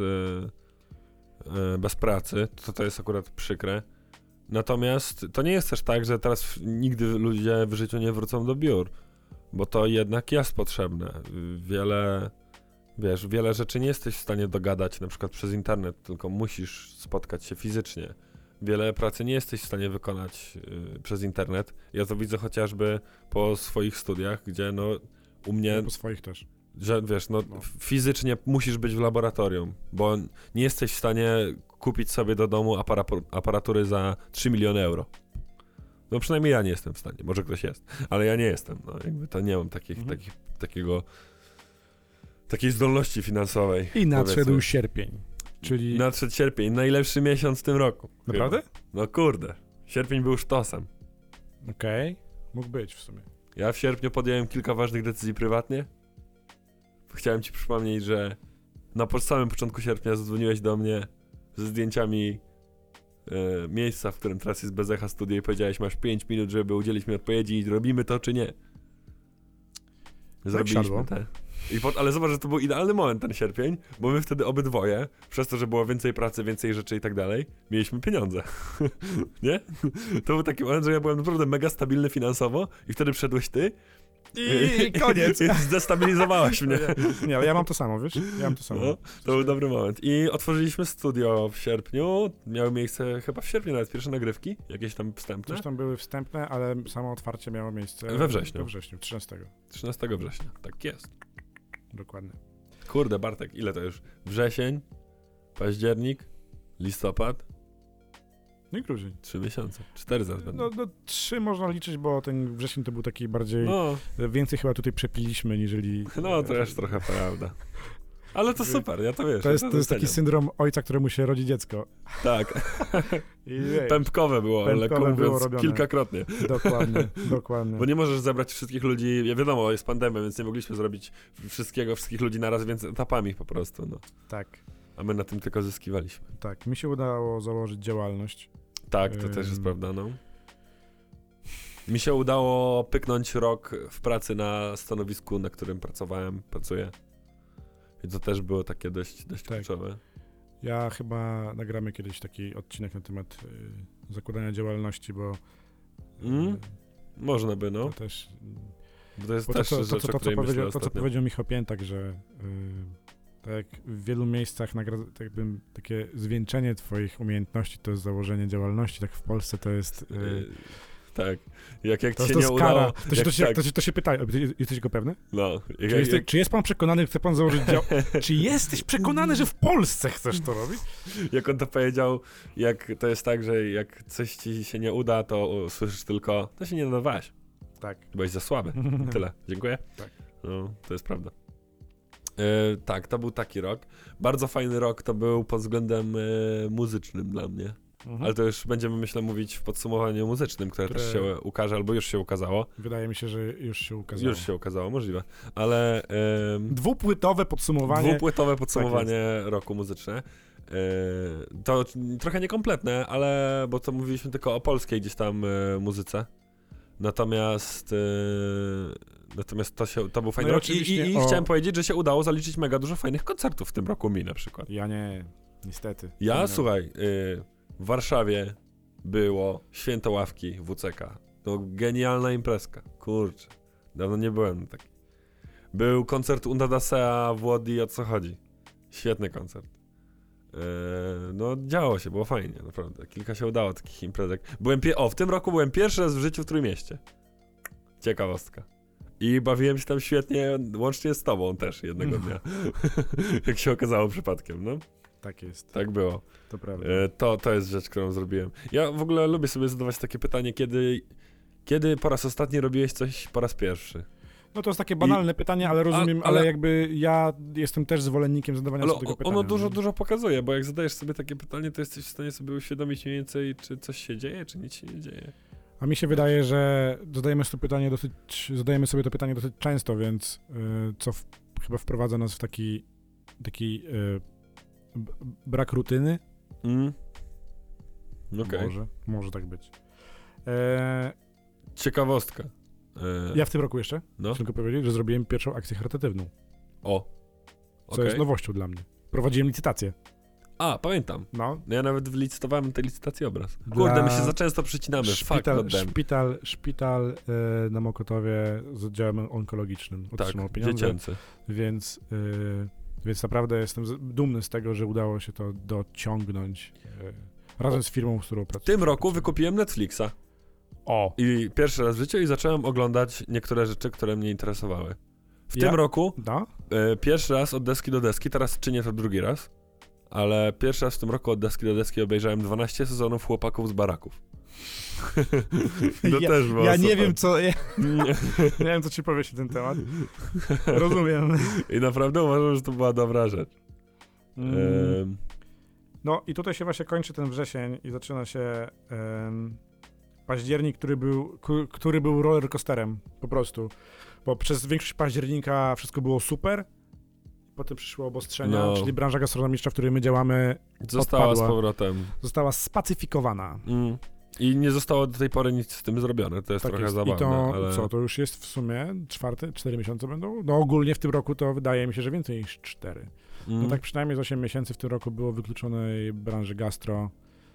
bez pracy, to jest akurat przykre. Natomiast to nie jest też tak, że teraz nigdy ludzie w życiu nie wrócą do biur, bo to jednak jest potrzebne. Wiele rzeczy nie jesteś w stanie dogadać na przykład przez internet, tylko musisz spotkać się fizycznie. Wiele pracy nie jesteś w stanie wykonać przez internet. Ja to widzę chociażby po swoich studiach, gdzie no u mnie, Po swoich też. że wiesz, no No. fizycznie musisz być w laboratorium, bo nie jesteś w stanie kupić sobie do domu aparatury za 3 miliony euro. No przynajmniej ja nie jestem w stanie, może ktoś jest, ale ja nie jestem, no jakby to nie mam takiej zdolności finansowej. I nadszedł powiedzmy. sierpień, czyli... Nadszedł sierpień, najlepszy miesiąc w tym roku. Naprawdę? Chyba. No kurde, sierpień był sztosem. Okej, mógł być w sumie. Ja w sierpniu podjąłem kilka ważnych decyzji prywatnie. Chciałem ci przypomnieć, że na samym początku sierpnia zadzwoniłeś do mnie ze zdjęciami miejsca, w którym teraz jest Bezecha Studio i powiedziałeś, masz 5 minut, żeby udzielić mi odpowiedzi i robimy to czy nie. Zrobiliśmy siadło. te. Ale zobacz, że to był idealny moment ten sierpień, bo my wtedy obydwoje, przez to, że było więcej pracy, więcej rzeczy i tak dalej, mieliśmy pieniądze. Nie? To był taki moment, że ja byłem naprawdę mega stabilny finansowo i wtedy przyszedłeś ty I koniec. i zdestabilizowałeś mnie. Nie, ale ja mam to samo, wiesz? Ja mam to samo. No, to był dobry moment. I otworzyliśmy studio w sierpniu. Miały miejsce chyba w sierpniu nawet pierwsze nagrywki, jakieś tam wstępne. Coś tam były wstępne, ale samo otwarcie miało miejsce... We wrześniu. We wrześniu, 13. 13 września. Tak jest. Dokładnie. Kurde, Bartek, ile to już? Wrzesień, październik, listopad, No i grudzień. 3 miesiące. 4 zaraz będą. No 3 można liczyć, bo ten wrzesień to był taki bardziej... No, Więcej chyba tutaj przepiliśmy, niżeli... no to też trochę prawda. Ale to super, ja to wiesz. To ja jest taki doceniam. syndrom ojca, któremu się rodzi dziecko. Tak, I wiesz, pępkowe było, lekko Pępkowe było mówiąc, robione. kilkakrotnie. Dokładnie. Bo nie możesz zebrać wszystkich ludzi, ja wiadomo, jest pandemia, więc nie mogliśmy zrobić wszystkich ludzi naraz, więc etapami po prostu, no. Tak, A my na tym tylko zyskiwaliśmy. tak. Mi się udało założyć działalność. Tak, to też jest prawda, no. Mi się udało pyknąć rok w pracy na stanowisku, na którym pracuję. I to też było takie dość Tak. kluczowe. Ja chyba nagramy kiedyś taki odcinek na temat zakładania działalności, bo Można by, no. to też... Bo to jest Bo też rzecz, o której myślę to, co ostatnio. powiedział Michał Piętak, że tak jak w wielu miejscach tak jakby takie zwieńczenie twoich umiejętności to jest założenie działalności, tak w Polsce to jest... Tak. Jak to ci jest się to nie skara. udało... To się pyta, jesteś go pewny? No. Czy jest pan przekonany, chce pan założyć Czy jesteś przekonany, że w Polsce chcesz to robić? Jak on to powiedział, jak to jest tak, że jak coś ci się nie uda, to słyszysz tylko, to się nie nadawałeś. Tak. Byłeś za słaby. Tyle. Dziękuję. Tak. No, to jest prawda. Tak, to był taki rok. Bardzo fajny rok to był pod względem muzycznym dla mnie. Ale to już będziemy, myślę, mówić w podsumowaniu muzycznym, które też się ukaże, albo już się ukazało. Wydaje mi się, że już się ukazało. Już się ukazało, możliwe. Ale... Dwupłytowe podsumowanie. Dwupłytowe podsumowanie roku muzyczne. To trochę niekompletne, ale... Bo to mówiliśmy tylko o polskiej gdzieś tam muzyce. Natomiast to był fajny No i rok oczywiście i chciałem powiedzieć, że się udało zaliczyć mega dużo fajnych koncertów w tym roku mi na przykład. Ja nie, niestety. Słuchaj, w Warszawie było Święto Ławki WCK. To genialna imprezka. Kurczę, dawno nie byłem na takiej. Był koncert Undadasea w Łodzi, o co chodzi. Świetny koncert. No działo się, było fajnie, naprawdę. Kilka się udało takich imprezek. W tym roku byłem pierwszy raz w życiu w Trójmieście. Ciekawostka. I bawiłem się tam świetnie, łącznie z tobą też jednego dnia. Jak się okazało przypadkiem, no. Tak jest. Tak było. To prawda. To jest rzecz, którą zrobiłem. Ja w ogóle lubię sobie zadawać takie pytanie, kiedy po raz ostatni robiłeś coś po raz pierwszy? No to jest takie banalne pytanie, ale rozumiem, ale jakby ja jestem też zwolennikiem zadawania sobie tego pytania. Ono dużo pokazuje, bo jak zadajesz sobie takie pytanie, to jesteś w stanie sobie uświadomić mniej więcej, czy coś się dzieje, czy nic się nie dzieje. A mi się wydaje, że zadajemy sobie to pytanie dosyć często, więc co chyba wprowadza nas w taki brak rutyny. Okej. Może tak być. Ciekawostka. Ja w tym roku jeszcze No. chcę tylko powiedzieć, że zrobiłem pierwszą akcję charytatywną, co jest nowością dla mnie. Prowadziłem licytację. A, pamiętam. No. Ja nawet wylicytowałem tej licytacji obraz. Kurde, my się za często przycinamy. Szpital na Mokotowie z oddziałem onkologicznym otrzymał pieniądze. Dziecięcy. Więc naprawdę jestem dumny z tego, że udało się to dociągnąć razem z firmą, z którą pracuję. W tym roku wykupiłem Netflixa. I pierwszy raz w życiu i zacząłem oglądać niektóre rzeczy, które mnie interesowały. W tym roku pierwszy raz od deski do deski, teraz czynię to drugi raz, ale pierwszy raz w tym roku od deski do deski obejrzałem 12 sezonów Chłopaków z baraków. Też było ja super. nie wiem, nie wiem, co ci powiesz na ten temat. Rozumiem. I naprawdę uważam, że to była dobra rzecz. No i tutaj się właśnie kończy ten wrzesień i zaczyna się październik, który był rollercoasterem, po prostu. Bo przez większość października wszystko było super, potem przyszły obostrzenia, czyli branża gastronomiczna, w której my działamy, została z powrotem. Została spacyfikowana. I nie zostało do tej pory nic z tym zrobione, to jest trochę zabawne. To już jest w sumie 4 miesiące będą? No ogólnie w tym roku to wydaje mi się, że więcej niż 4. No tak przynajmniej z 8 miesięcy w tym roku było wykluczonej branży gastro,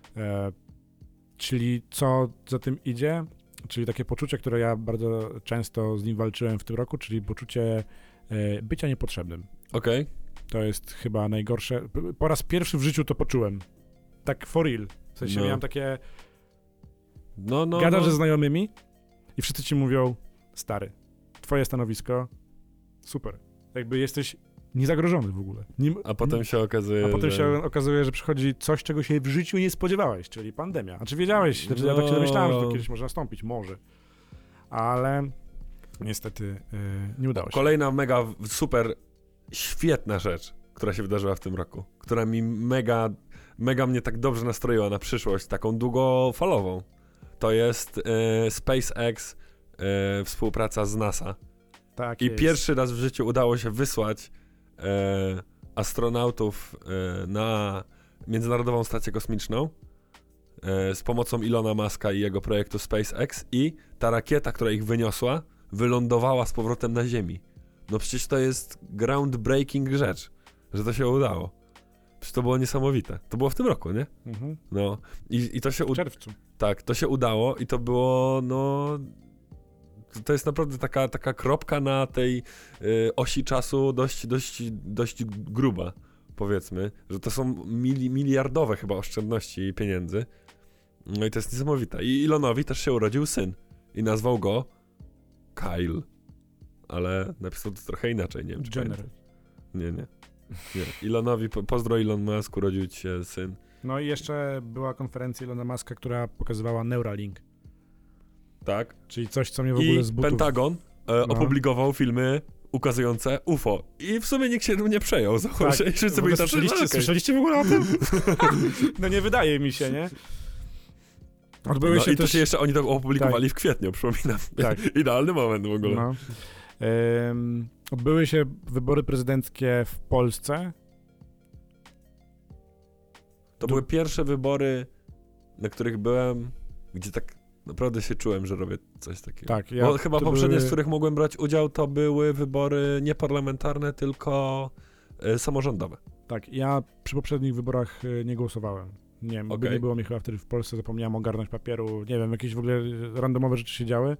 czyli co za tym idzie, czyli takie poczucie, które ja bardzo często z nim walczyłem w tym roku, czyli poczucie bycia niepotrzebnym. Okej. To jest chyba najgorsze. Po raz pierwszy w życiu to poczułem. Tak for real. W sensie miałem takie... Gadasz ze znajomymi i wszyscy ci mówią, stary, twoje stanowisko, super. Jakby jesteś niezagrożony w ogóle. A potem się okazuje, że przychodzi coś, czego się w życiu nie spodziewałeś, czyli pandemia. Znaczy wiedziałeś, ja tak się myślałem, że to kiedyś może nastąpić, może. Ale niestety nie udało się. Kolejna mega super, świetna rzecz, która się wydarzyła w tym roku, która mi mega mnie tak dobrze nastroiła na przyszłość, taką długofalową. To jest SpaceX, współpraca z NASA. Tak I jest. pierwszy raz w życiu udało się wysłać astronautów na Międzynarodową Stację Kosmiczną z pomocą Ilona Muska i jego projektu SpaceX i ta rakieta, która ich wyniosła, wylądowała z powrotem na Ziemi. No przecież to jest groundbreaking rzecz, że to się udało. Przecież to było niesamowite. To było w tym roku, nie? Mhm. No i to się W czerwcu. tak, to się udało i to było, no... To jest naprawdę taka kropka na tej osi czasu dość gruba, powiedzmy, że to są miliardowe chyba oszczędności pieniędzy. No i to jest niesamowite. I Elonowi też się urodził syn i nazwał go Kyle. Ale napisał to trochę inaczej, nie wiem czy Jenner. pamiętasz. Nie. Elonowi, pozdro Elon Musk, urodził ci się syn. No i jeszcze była konferencja Ilona Muska, która pokazywała Neuralink, Tak. czyli coś, co mnie w ogóle I z butów... Pentagon opublikował filmy ukazujące UFO. I w sumie nikt się tym nie przejął. Zauważ, Tak. i wszyscy W ogóle byli tacy, słyszeliście w ogóle o tym? No nie wydaje mi się, nie? Odbyły no się i to też... się jeszcze oni to opublikowali w kwietniu, przypominam. Tak. Idealny moment w ogóle. No. Odbyły się wybory prezydenckie w Polsce. To były pierwsze wybory, na których byłem, gdzie tak naprawdę się czułem, że robię coś takiego. Tak, Bo chyba to poprzednie, były- z których mogłem brać udział, to były wybory nie parlamentarne, tylko samorządowe. Tak, ja przy poprzednich wyborach nie głosowałem. Nie wiem, Okej. nie było mnie chyba wtedy w Polsce, zapomniałem ogarnąć papieru, nie wiem, jakieś w ogóle randomowe rzeczy się działy.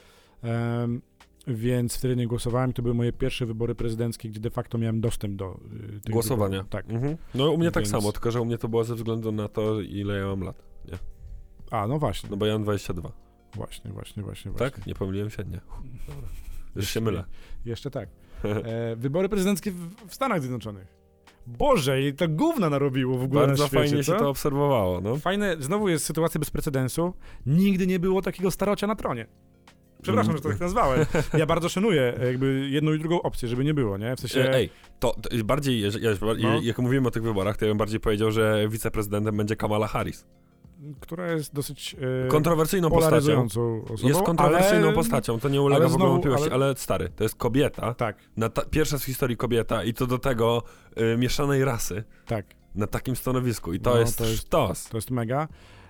Więc wtedy nie głosowałem. To były moje pierwsze wybory prezydenckie, gdzie de facto miałem dostęp do tych Głosowania. wyborów. Tak. Mhm. No u mnie tak Więc- samo, tylko że u mnie to było ze względu na to, ile ja mam lat. Nie? A, no właśnie. No bo ja mam 22. Właśnie. Tak? Nie pomyliłem się? Nie. Dobra. Już się mylę. Jeszcze tak. Wybory prezydenckie w Stanach Zjednoczonych. Boże, i to gówna narobiło w ogóle Bardzo na świecie, fajnie co? się to obserwowało, no. Fajne, znowu jest sytuacja bez precedensu. Nigdy nie było takiego starocia na tronie. Przepraszam, że to tak nazwałem. Ja bardzo szanuję jakby jedną i drugą opcję, żeby nie było, nie? W sensie... Ej, to bardziej, No. jak mówimy o tych wyborach, to ja bym bardziej powiedział, że wiceprezydentem będzie Kamala Harris. która jest dosyć Kontrowersyjną postacią. polaryzującą osobą, Jest kontrowersyjną ale... postacią, to nie ulega ale w ogóle znowu- wątpliwości, ale- ale stary, to jest kobieta, Tak, pierwsza w historii kobieta i to do tego mieszanej rasy tak. na takim stanowisku i to No, jest to jest- sztos. To jest mega.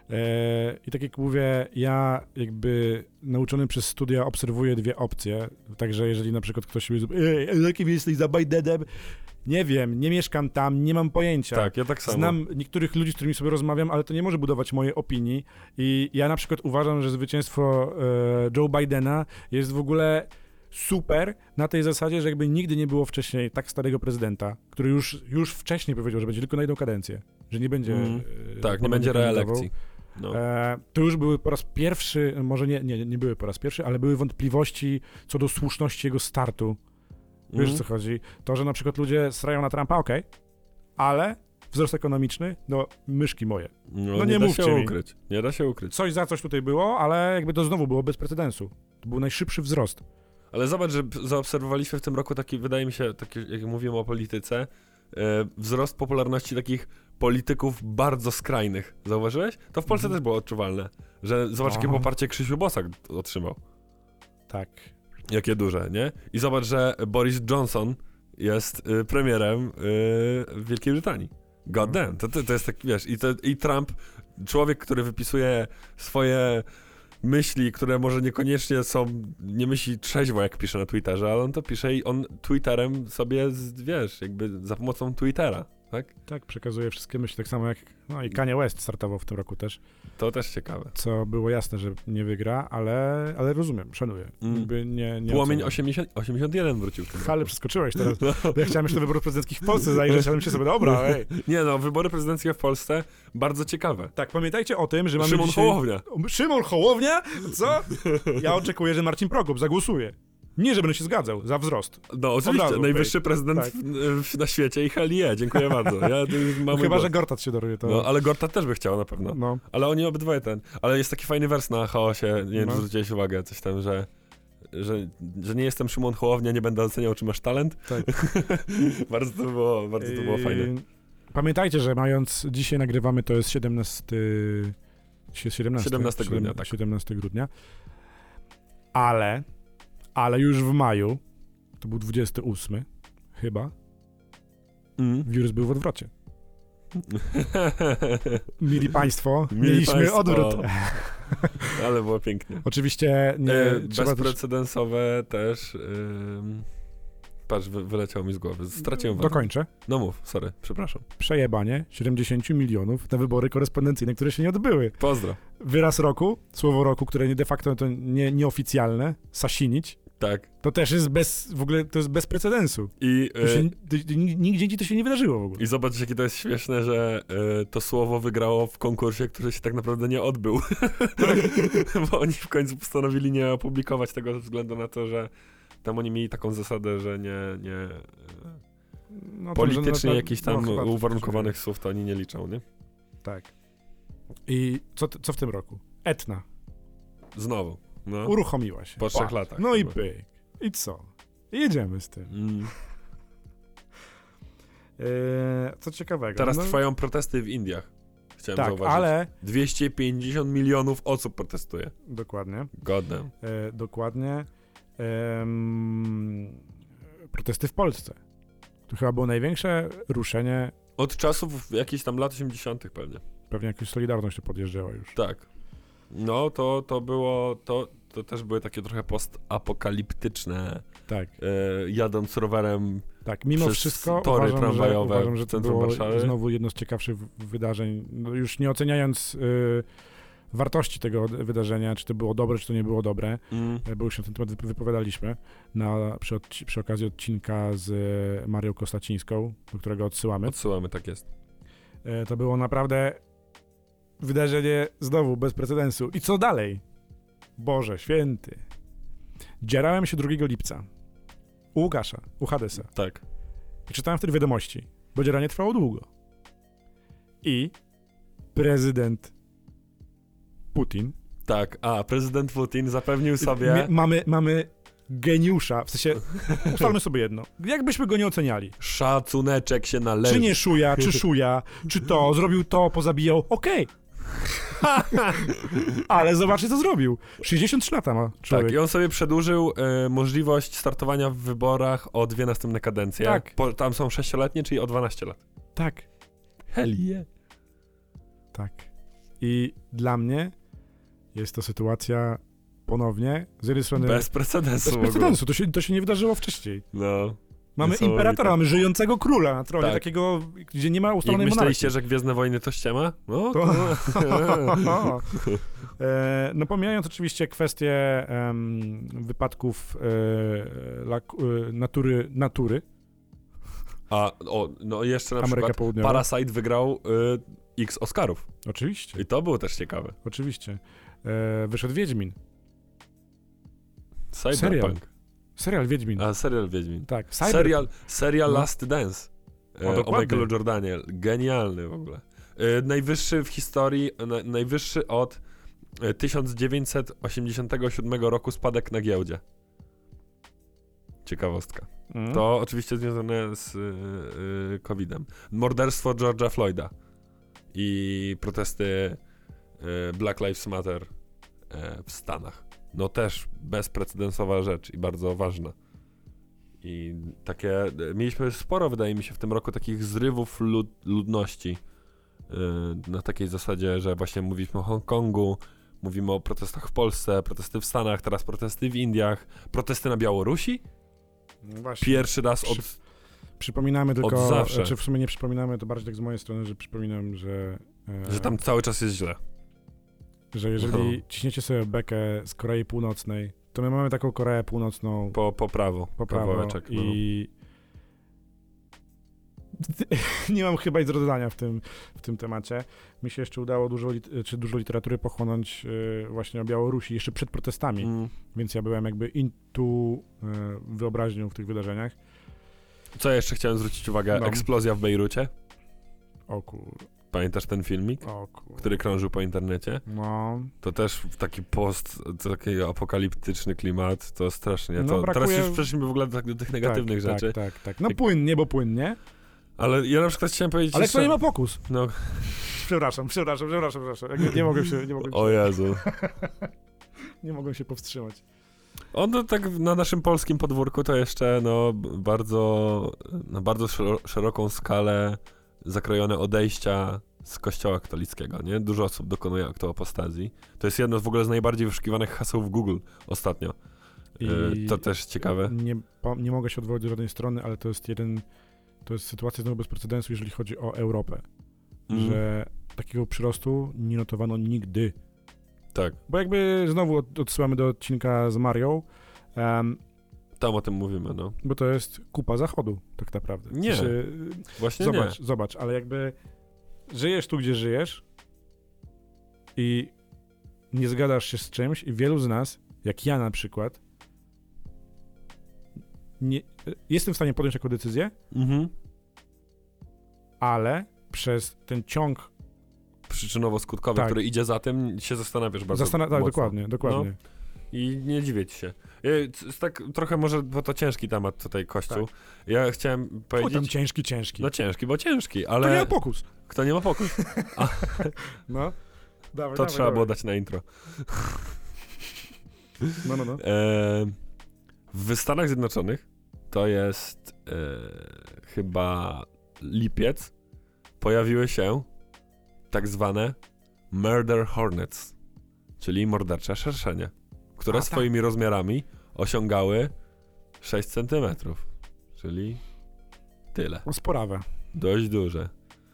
I tak jak mówię, ja jakby nauczony przez studia obserwuję dwie opcje, także jeżeli na przykład ktoś mi jakim jesteś za Bidenem? Nie wiem, nie mieszkam tam, nie mam pojęcia. Tak, ja tak samo. Znam niektórych ludzi, z którymi sobie rozmawiam, ale to nie może budować mojej opinii i ja na przykład uważam, że zwycięstwo Joe Bidena jest w ogóle super na tej zasadzie, że jakby nigdy nie było wcześniej tak starego prezydenta, który już wcześniej powiedział, że będzie tylko na jedną kadencję, że nie będzie... Tak, nie ponownie będzie kandydował. reelekcji. No. To już były po raz pierwszy, może nie były po raz pierwszy, ale były wątpliwości co do słuszności jego startu. Wiesz o co chodzi? To, że na przykład ludzie srają na Trumpa, okej, ale wzrost ekonomiczny, no myszki moje. No nie nie da mówcie się mi. ukryć. Nie da się ukryć. Coś za coś tutaj było, ale jakby to znowu było bez precedensu. To był najszybszy wzrost. Ale zobacz, że zaobserwowaliśmy w tym roku taki, wydaje mi się, taki, jak mówimy o polityce, wzrost popularności takich polityków bardzo skrajnych. Zauważyłeś? To w Polsce też było odczuwalne. Że zobacz, jakie Aha. poparcie Krzysiu Bosak otrzymał. Tak. Jakie duże, nie? I zobacz, że Boris Johnson jest premierem w Wielkiej Brytanii. God damn, to jest taki, wiesz, i Trump, człowiek, który wypisuje swoje myśli, które może niekoniecznie nie myśli trzeźwo, jak pisze na Twitterze, ale on to pisze i on Twitterem sobie, wiesz, jakby za pomocą Twittera, tak? Tak, przekazuje wszystkie myśli, tak samo jak no i Kanye West startował w tym roku też, To też ciekawe. co było jasne, że nie wygra, ale rozumiem, szanuję. Jakby nie Płomień oceniam. 81 wrócił. w tym Ale roku. przeskoczyłeś teraz. Ja chciałem jeszcze do wyborów prezydenckich w Polsce zajrzeć, ale myślę sobie, dobra, ej. Nie no, wybory prezydenckie w Polsce bardzo ciekawe. Tak, pamiętajcie o tym, że mamy Szymon dzisiaj... Hołownia. Szymon Hołownia? Co? Ja oczekuję, że Marcin Prokop zagłosuje. Nie, że będę się zgadzał, za wzrost. No oczywiście, razu, najwyższy prezydent tak. na świecie i hell yeah, dziękuję bardzo. Ja mam Chyba, że Gortat się doruje, to... No, ale Gortat też by chciał na pewno. No. Ale oni obydwoje Ale jest taki fajny wers na chaosie, nie wiem, No. czy zwróciłeś uwagę, coś tam, że że nie jestem Szymon Hołownia, nie będę oceniał, czy masz talent. Tak. bardzo to było fajne. Pamiętajcie, że mając, dzisiaj nagrywamy, to jest 17 grudnia, tak. 17 grudnia. Ale już w maju, to był 28 chyba, wirus był w odwrocie. Mili państwo, mieliśmy odwrót. Ale było pięknie. Oczywiście nie trzeba bezprecedensowe też. Patrz, wyleciało mi z głowy. Straciłem wątek. Dokończę. No mów, sorry, przepraszam. Przejebanie 70 milionów na wybory korespondencyjne, które się nie odbyły. Pozdro. Wyraz roku, słowo roku, które de facto to nieoficjalne, sasinić, Tak. to też jest w ogóle to jest bez precedensu. I, nigdzie to się nie wydarzyło w ogóle. I zobacz, jakie to jest śmieszne, że to słowo wygrało w konkursie, który się tak naprawdę nie odbył. Bo oni w końcu postanowili nie opublikować tego ze względu na to, że tam oni mieli taką zasadę, że No, politycznie jakichś tam chyba uwarunkowanych słów to oni nie liczą, nie? Tak. I co w tym roku? Etna Znowu. No. uruchomiła się. Po 3 latach. No i chyba. pyk. I co? Jedziemy z tym. Co ciekawego. Teraz trwają protesty w Indiach. Chciałem tak, zauważyć. ale 250 milionów osób protestuje. dokładnie. Godne. Dokładnie. Protesty w Polsce. To chyba było największe ruszenie. Od czasów jakichś tam lat 80. pewnie. Pewnie jakaś Solidarność to podjeżdżała już. Tak. No, to było, to też były takie trochę postapokaliptyczne, Tak. jadąc rowerem Tak, mimo przez wszystko tory tramwajowe uważam, że w to centrum było Warszawy. znowu jedno z ciekawszych wydarzeń. No już nie oceniając wartości tego wydarzenia, czy to było dobre, czy to nie było dobre, bo już się na ten temat wypowiadaliśmy przy okazji odcinka z Marią Kostacińską, do którego odsyłamy. Odsyłamy, tak jest. To było naprawdę wydarzenie znowu bez precedensu. I co dalej? Boże święty. Dzierałem się 2 lipca u Łukasza, u Hadesa. Tak. I czytałem wtedy wiadomości, bo dzieranie trwało długo. I prezydent Putin. Tak, prezydent Putin zapewnił sobie... Mamy geniusza, w sensie, ustalmy sobie jedno. Jakbyśmy go nie oceniali. Szacuneczek się należy. Czy nie szuja, czy szuja, czy to, zrobił to, pozabijał, okej. Ale zobaczcie, co zrobił. 63 lata ma człowiek. Tak, i on sobie przedłużył możliwość startowania w wyborach o 2 następne kadencje. Tak. Tam są 6-letnie, czyli o 12 lat. Tak. Hell yeah. Tak. I dla mnie jest to sytuacja ponownie, z jednej strony... Bez precedensu. Bez precedensu. To się nie wydarzyło wcześniej. No. Mamy Niesamowite. imperatora, mamy żyjącego króla na tronie, Tak. takiego, gdzie nie ma Jak ustalonej myśleliście, monarchii. że Gwiezdne Wojny to ściema? No, No pomijając oczywiście kwestię wypadków natury, no jeszcze na Ameryka przykład Południowa. Parasite wygrał X Oscarów. Oczywiście, I to było też ciekawe. oczywiście. Wyszedł Wiedźmin. Cyberpunk. Serial Wiedźmin. Serial Wiedźmin. Tak. Serial No. Last Dance. O dokładnie. Michaelu Jordanie. Genialny w ogóle. Najwyższy w historii, najwyższy od 1987 roku spadek na giełdzie. Ciekawostka. To oczywiście związane z COVID-em. Morderstwo George'a Floyda i protesty Black Lives Matter w Stanach. No też bezprecedensowa rzecz i bardzo ważna. I takie, mieliśmy sporo, wydaje mi się, w tym roku takich zrywów ludności. Na takiej zasadzie, że właśnie mówiliśmy o Hongkongu, mówimy o protestach w Polsce, protesty w Stanach, teraz protesty w Indiach, protesty na Białorusi. No właśnie. Pierwszy raz od... Przypominamy tylko, od zawsze. czy w sumie nie przypominamy, to bardziej tak z mojej strony, że przypominam, że tam cały czas jest źle. że jeżeli ciśniecie sobie bekę z Korei Północnej, to my mamy taką Koreę Północną Po prawo. po prawo Kawałeczek, no. i nie mam chyba nic do dodania w tym temacie. Mi się jeszcze udało dużo literatury pochłonąć właśnie o Białorusi jeszcze przed protestami, więc ja byłem jakby into wyobraźnią w tych wydarzeniach. Co jeszcze chciałem zwrócić uwagę? No. Eksplozja w Bejrucie. O kur... Pamiętasz ten filmik, O kur... który krążył po internecie? No, To też taki taki apokaliptyczny klimat, to strasznie. No, To, brakuje- Teraz już przeszliśmy w ogóle do tych negatywnych tak, rzeczy. Tak. No płynnie, bo płynnie, Ale ja na przykład chciałem powiedzieć ale jeszcze... kto nie ma pokus? No, Przepraszam. Nie mogłem się, o Jezu. nie mogłem się powstrzymać. On tak na naszym polskim podwórku to jeszcze na bardzo szeroką skalę zakrojone odejścia z kościoła katolickiego, nie? Dużo osób dokonuje aktu apostazji. To jest jedno w ogóle z najbardziej wyszukiwanych haseł w Google ostatnio. To też ciekawe. Nie mogę się odwołać do żadnej strony, ale to jest sytuacja znowu bez precedensu, jeżeli chodzi o Europę. Że takiego przyrostu nie notowano nigdy. Tak, Bo jakby znowu odsyłamy do odcinka z Marią, tam o tym mówimy, no. bo to jest kupa zachodu, tak naprawdę. Nie, właśnie Zobacz, ale jakby żyjesz tu, gdzie żyjesz i nie zgadasz się z czymś i wielu z nas, jak ja na przykład, jestem w stanie podjąć taką decyzję, nie. ale przez ten ciąg Przyczynowo-skutkowy, Tak. który idzie za tym, się zastanawiasz bardzo tak, mocno. dokładnie. I nie dziwię ci się. Jest tak trochę może, bo to ciężki temat tutaj, Kościół. Tak. Ja chciałem Tam powiedzieć... ciężki. No ciężki, bo ciężki, To ale... nie ma pokus. Kto nie ma pokus? No. Dawaj, To trzeba było dać na intro. No. W Stanach Zjednoczonych to jest chyba lipiec, pojawiły się tak zwane Murder Hornets, czyli mordercze szerszenie, które tak. swoimi rozmiarami osiągały 6 cm, czyli tyle. No, sporawe. Dość duże.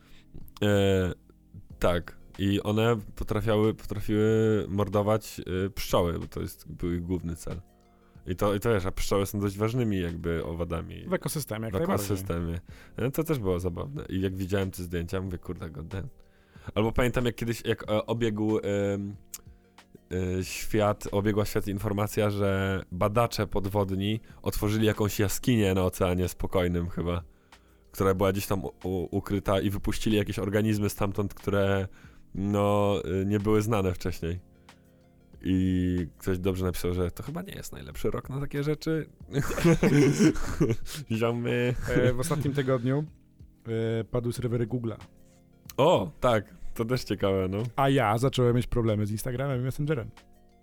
Tak. I one potrafiły mordować pszczoły, bo był ich główny cel. I to wiesz, a pszczoły są dość ważnymi jakby owadami W ekosystemie, jak w najbardziej. ekosystemie. To też było zabawne. I jak widziałem te zdjęcia, mówię, kurde, godem. Albo pamiętam, jak kiedyś, obiegła świat informacja, że badacze podwodni otworzyli jakąś jaskinię na Oceanie Spokojnym chyba, która była gdzieś tam ukryta i wypuścili jakieś organizmy stamtąd, które nie były znane wcześniej. I ktoś dobrze napisał, że to chyba nie jest najlepszy rok na takie rzeczy. Ziomy. W ostatnim tygodniu padły serwery Google'a. O, tak. To też ciekawe, no. A ja zacząłem mieć problemy z Instagramem i Messengerem.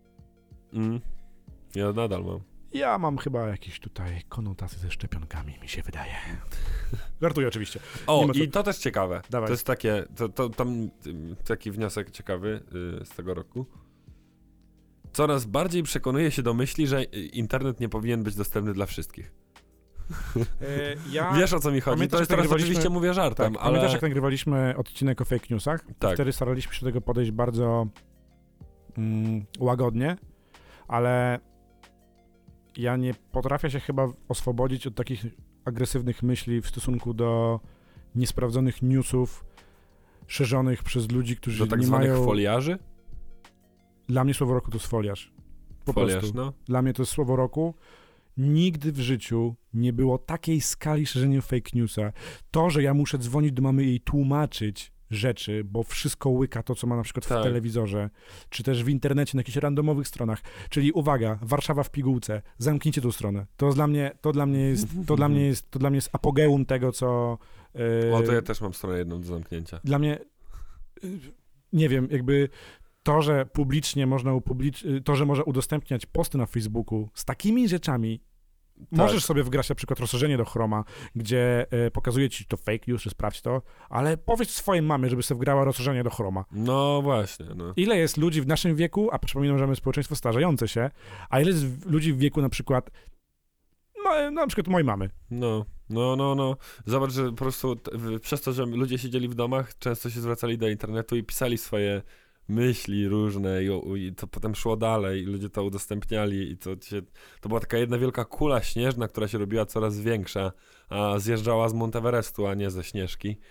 Ja nadal mam. Ja mam chyba jakieś tutaj konotacje ze szczepionkami, mi się wydaje. Żartuję oczywiście. O, i to też ciekawe. Dawaj. To jest takie, tam taki wniosek ciekawy z tego roku. Coraz bardziej przekonuję się do myśli, że internet nie powinien być dostępny dla wszystkich. Wiesz, o co mi chodzi? Pamiętasz, To jest jak teraz oczywiście mówię żartem, tak, ale... Pamiętasz, jak nagrywaliśmy odcinek o fake newsach? Tak. Wtedy staraliśmy się do tego podejść bardzo łagodnie, ale ja nie potrafię się chyba oswobodzić od takich agresywnych myśli w stosunku do niesprawdzonych newsów szerzonych przez ludzi, którzy do tak nie zwanych mają... foliarzy? Dla mnie słowo roku to jest foliarz. Po Foliarz, prostu. no. Dla mnie to jest słowo roku. Nigdy w życiu nie było takiej skali szerzenia fake newsa. To, że ja muszę dzwonić do mamy i jej tłumaczyć rzeczy, bo wszystko łyka to, co ma na przykład w Tak. telewizorze, czy też w internecie, na jakichś randomowych stronach. Czyli uwaga, Warszawa w pigułce, zamknijcie tą stronę. To dla mnie jest apogeum tego, co... O, to ja też mam stronę jedną do zamknięcia. Dla mnie, nie wiem, jakby to, że publicznie można to, że można udostępniać posty na Facebooku z takimi rzeczami, możesz sobie wgrać na przykład rozszerzenie do Chroma, gdzie pokazuje ci to fake news, czy sprawdź to, ale powiedz swojej mamie, żeby sobie wgrała rozszerzenie do Chroma. No właśnie, no. Ile jest ludzi w naszym wieku, a przypominam, że mamy społeczeństwo starzejące się, a ile jest ludzi w wieku na przykład na przykład mojej mamy. No. Zobacz, że po prostu przez to, że ludzie siedzieli w domach, często się zwracali do internetu i pisali swoje myśli różne i to potem szło dalej i ludzie to udostępniali i to była taka jedna wielka kula śnieżna, która się robiła coraz większa, a zjeżdżała z Monteverestu, a nie ze Śnieżki.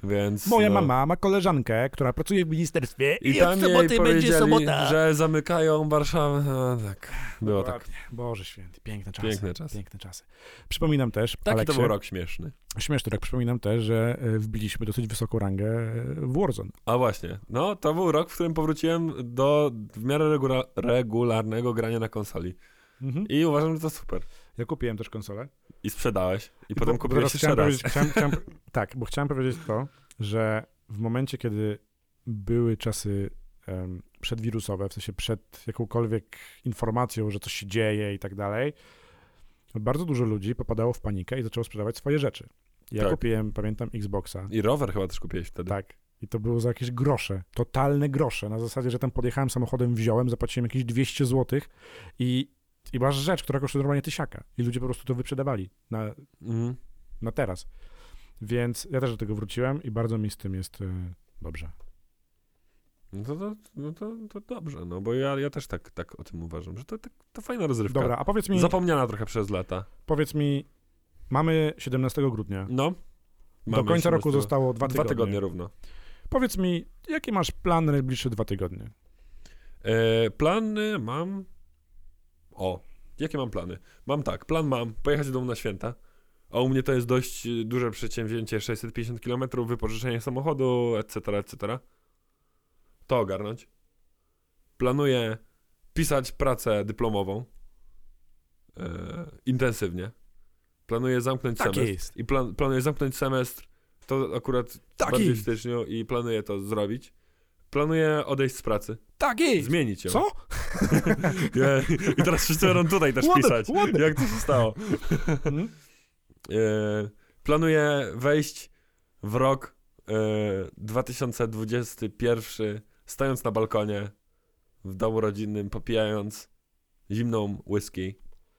Więc, Moja no. mama ma koleżankę, która pracuje w ministerstwie I od tam jej soboty będzie powiedzieli, sobota. że zamykają Warszawę. No, tak, było tak. Dokładnie. Boże święty, piękne czasy. Piękne czasy. Przypominam też, Taki Aleksie, to był rok śmieszny. śmieszny rok, przypominam też, że wbiliśmy dosyć wysoką rangę w Warzone. A właśnie, no to był rok, w którym powróciłem do w miarę regularnego grania na konsoli. Mhm. I uważam, że to super. Ja kupiłem też konsolę. I sprzedałeś. I Bo- potem bo kupiłeś teraz jeszcze raz. Tak, bo chciałem powiedzieć to, że w momencie, kiedy były czasy przedwirusowe, w sensie przed jakąkolwiek informacją, że coś się dzieje i tak dalej, bardzo dużo ludzi popadało w panikę i zaczęło sprzedawać swoje rzeczy. Ja Tak. kupiłem, pamiętam, Xboxa. I rower chyba też kupiłeś wtedy. Tak. I to było za jakieś grosze, totalne grosze. Na zasadzie, że tam podjechałem samochodem, wziąłem, zapłaciłem jakieś 200 zł i masz rzecz, która kosztuje normalnie tysiaka. I ludzie po prostu to wyprzedawali Mhm. na teraz. Więc ja też do tego wróciłem i bardzo mi z tym jest dobrze. No to dobrze, no bo ja też tak o tym uważam, że to fajna rozrywka. Dobra, a Zapomniana trochę przez lata. powiedz mi, mamy 17 grudnia. No. Do Mamy końca roku 18. zostało 2 tygodnie. 2 tygodnie równo. Powiedz mi, jaki masz plan na najbliższe 2 tygodnie? Plany mam... Jakie mam plany? Plan mam pojechać do domu na święta, a u mnie to jest dość duże przedsięwzięcie, 650 km, wypożyczenie samochodu, etc. To ogarnąć. Planuję pisać pracę dyplomową intensywnie. Planuję zamknąć Tak semestr. jest. I planuję zamknąć semestr, to akurat Tak bardziej w jest. styczniu i planuję to zrobić. Planuję odejść z pracy. Tak jest! Zmienić ją. Co? I teraz wszyscy będą tutaj też pisać. Jak to się stało? Mhm. Planuję wejść w rok 2021, stojąc na balkonie w domu rodzinnym, popijając zimną whisky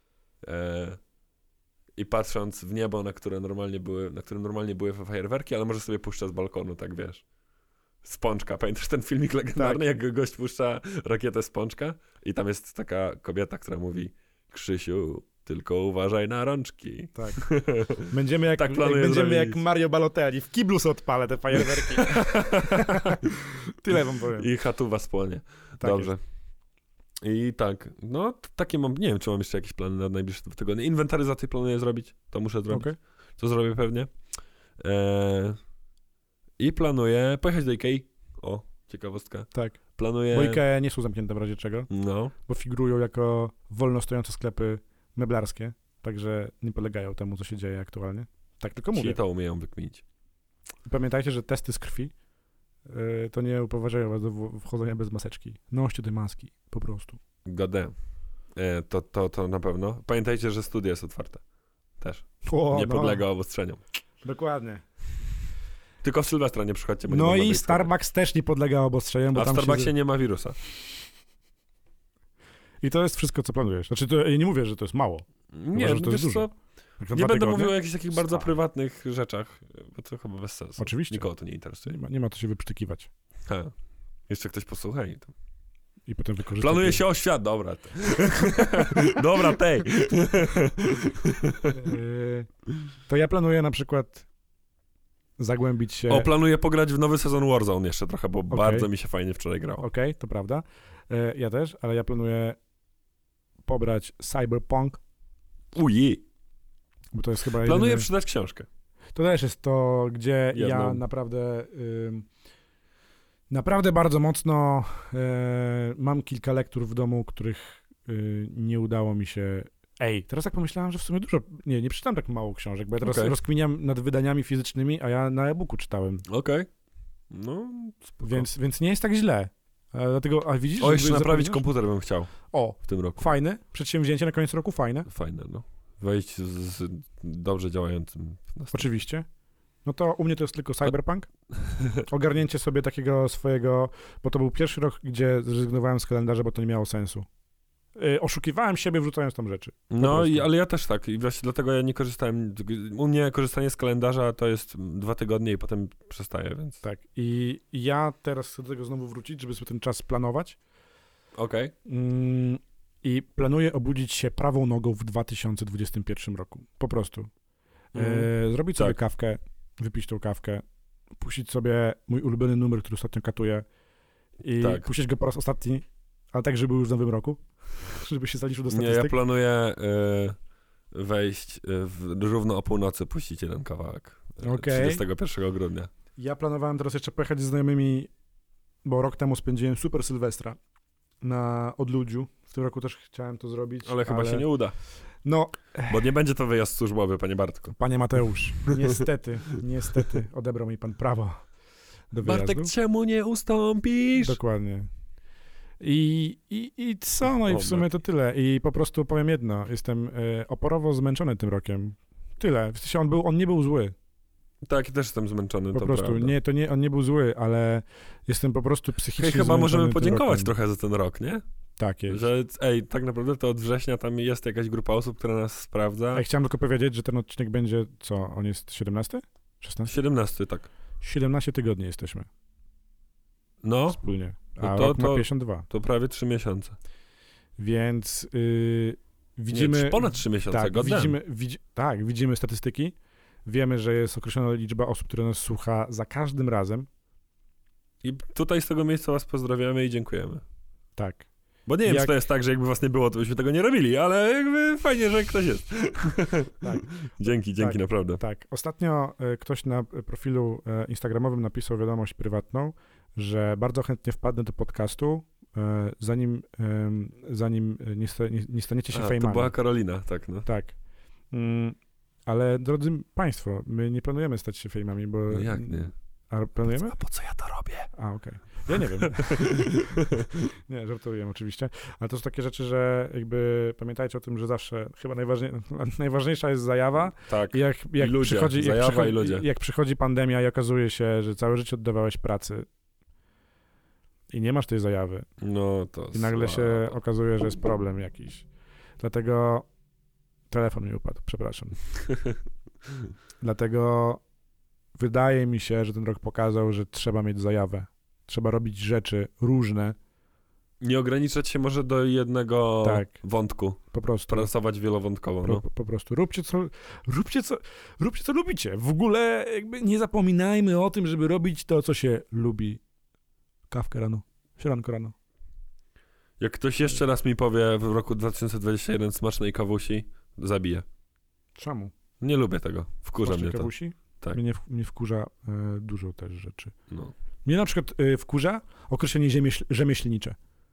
i patrząc w niebo, na którym normalnie były fajerwerki, ale może sobie puszczę z balkonu, tak wiesz. Z Pączka. Pamiętasz ten filmik legendarny, jak gość puszcza rakietę z Pączka? I tam jest taka kobieta, która mówi: Krzysiu, tylko uważaj na rączki. Tak. Będziemy jak, Tak planuję będziemy zrobić. jak Mario Balotelli. W kiblu sobie odpalę te fajerwerki. Tyle wam powiem. I chatuwa spłonie. Tak Dobrze. I tak, no takie mam, nie wiem, czy mam jeszcze jakieś plany na najbliższe 2 tygodnie. Inwentaryzację planuję zrobić, to muszę zrobić. Okej. To zrobię pewnie. I planuję pojechać do Ikei. O, ciekawostka. Tak. Planuję... Bo IKEA nie są zamknięte w razie czego, No, bo figurują jako wolno stojące sklepy meblarskie, także nie podlegają temu, co się dzieje aktualnie. Tak tylko mówię. ci to umieją wykminić. Pamiętajcie, że testy z krwi to nie upoważniają was do wchodzenia bez maseczki. Noście te maski, po prostu. Godę. To na pewno. Pamiętajcie, że studio jest otwarte. Też. O, Nie no, podlega obostrzeniom. Dokładnie. Tylko w Sylwestra nie przychodźcie, bo nie No można i wyjść. Starbucks też nie podlega obostrzeniom, bo A w tam Starbucksie nie ma wirusa. I to jest wszystko, co planujesz. Znaczy, to ja nie mówię, że to jest mało. Nie, Uważam, że to wiesz jest dużo. co, Jak na nie 2 będę tygodnie, mówił o jakichś takich bardzo Stary. prywatnych rzeczach, bo to chyba bez sensu. Oczywiście. Nikogo to nie interesuje. Nie ma to się wyprztykiwać. Ha. Jeszcze ktoś posłucha i to... I potem wykorzystać. Planuje się oświat, dobra. Dobra, tej. To ja planuję na przykład zagłębić się... Planuję pograć w nowy sezon Warzone jeszcze trochę, bo bardzo mi się fajnie wczoraj grało. Okej, to prawda. Ja też, ale ja planuję pobrać Cyberpunk, Uji. bo to jest chyba Planuję jedyny... przydać książkę. To też jest to, gdzie ja Jedną. naprawdę bardzo mocno mam kilka lektur w domu, których nie udało mi się... Teraz jak pomyślałem, że w sumie dużo... Nie przeczytam tak mało książek, bo ja teraz Okej. rozkminiam nad wydaniami fizycznymi, a ja na e-booku czytałem, Okej. No, spoko. więc nie jest tak źle. Dlatego, a widzisz... O, jeszcze że naprawić zapominasz? komputer bym chciał O, w tym roku. fajne przedsięwzięcie na koniec roku, fajne. Fajne, no. Wejść z dobrze działającym Oczywiście. No to u mnie to jest tylko Cyberpunk. Ogarnięcie sobie takiego swojego, bo to był pierwszy rok, gdzie zrezygnowałem z kalendarza, bo to nie miało sensu. Oszukiwałem siebie, wrzucając tam rzeczy. No, prostu. ale ja też tak. I właśnie dlatego ja nie korzystałem. U mnie korzystanie z kalendarza to jest 2 tygodnie i potem przestaję, więc... Tak. I ja teraz chcę do tego znowu wrócić, żeby sobie ten czas planować. Okej. I planuję obudzić się prawą nogą w 2021 roku. Po prostu. Zrobić sobie Tak. kawkę, wypić tą kawkę, puścić sobie mój ulubiony numer, który ostatnio katuję i Tak. puścić go po raz ostatni, ale tak, żeby był już w nowym roku, żeby się zaliczył do Nie, statystyk. ja planuję wejść równo o północy, puścić jeden kawałek. Okej. 31 grudnia. Ja planowałem teraz jeszcze pojechać ze znajomymi, bo rok temu spędziłem super Sylwestra na Odludziu. W tym roku też chciałem to zrobić. Ale chyba się nie uda, No, bo nie będzie to wyjazd służbowy, panie Bartku. panie Mateusz, niestety odebrał mi pan prawo do wyjazdu. Bartek, czemu nie ustąpisz? Dokładnie. I co? No i O, w sumie to tyle. I po prostu powiem jedno. Jestem oporowo zmęczony tym rokiem. Tyle. W sensie on nie był zły. Tak, ja też jestem zmęczony, Po to prostu. prawda. On nie był zły, ale jestem po prostu psychicznie Hej, chyba zmęczony możemy tym podziękować rokiem. trochę za ten rok, nie? Tak jest. Że tak naprawdę to od września tam jest jakaś grupa osób, która nas sprawdza. Ja chciałem tylko powiedzieć, że ten odcinek będzie, co? On jest 17? 16? 17, tak. 17 tygodni jesteśmy No, wspólnie. No A to- rok ma to- 52. to prawie 3 miesiące. Więc Widzimy... widzimy... ponad 3 miesiące, Tak, godem. widzimy statystyki. Wiemy, że jest określona liczba osób, które nas słucha za każdym razem. I tutaj z tego miejsca was pozdrawiamy i dziękujemy. Tak. Bo nie wiem, Jak- czy to jest tak, że jakby was nie było, to byśmy tego nie robili, ale jakby fajnie, że ktoś jest. Tak. Dzięki, Tak. naprawdę. Tak. Ostatnio ktoś na profilu instagramowym napisał wiadomość prywatną, że bardzo chętnie wpadnę do podcastu, zanim nie staniecie się A, to fejmami. była Karolina, tak, no. Tak. Ale drodzy państwo, my nie planujemy stać się fejmami, bo... No jak nie? A planujemy? A po co ja to robię? A, okej. Ja nie wiem. Nie, żartuję oczywiście. Ale to są takie rzeczy, że jakby pamiętajcie o tym, że zawsze chyba najważniejsza jest zajawa. Tak. I jak I ludzie. przychodzi, Zajawa i ludzie. jak przychodzi pandemia i okazuje się, że całe życie oddawałeś pracy i nie masz tej zajawy No to i nagle się słabo. okazuje, że jest problem jakiś. Dlatego telefon mi upadł, przepraszam. Dlatego wydaje mi się, że ten rok pokazał, że trzeba mieć zajawę. Trzeba robić rzeczy różne, Nie ograniczać się może do jednego Tak. wątku. po prostu. Pracować wielowątkowo, no. Po prostu róbcie co lubicie. W ogóle jakby nie zapominajmy o tym, żeby robić to, co się lubi. Kawkę rano, sieranko rano. Jak ktoś jeszcze raz mi powie w roku 2021 smacznej kawusi, zabiję. Czemu? Nie lubię tego. Wkurza Smacznej mnie to. kawusi? Tak. Mnie wkurza dużo też rzeczy. No. Mnie na przykład wkurza określenie rzemieślnicze.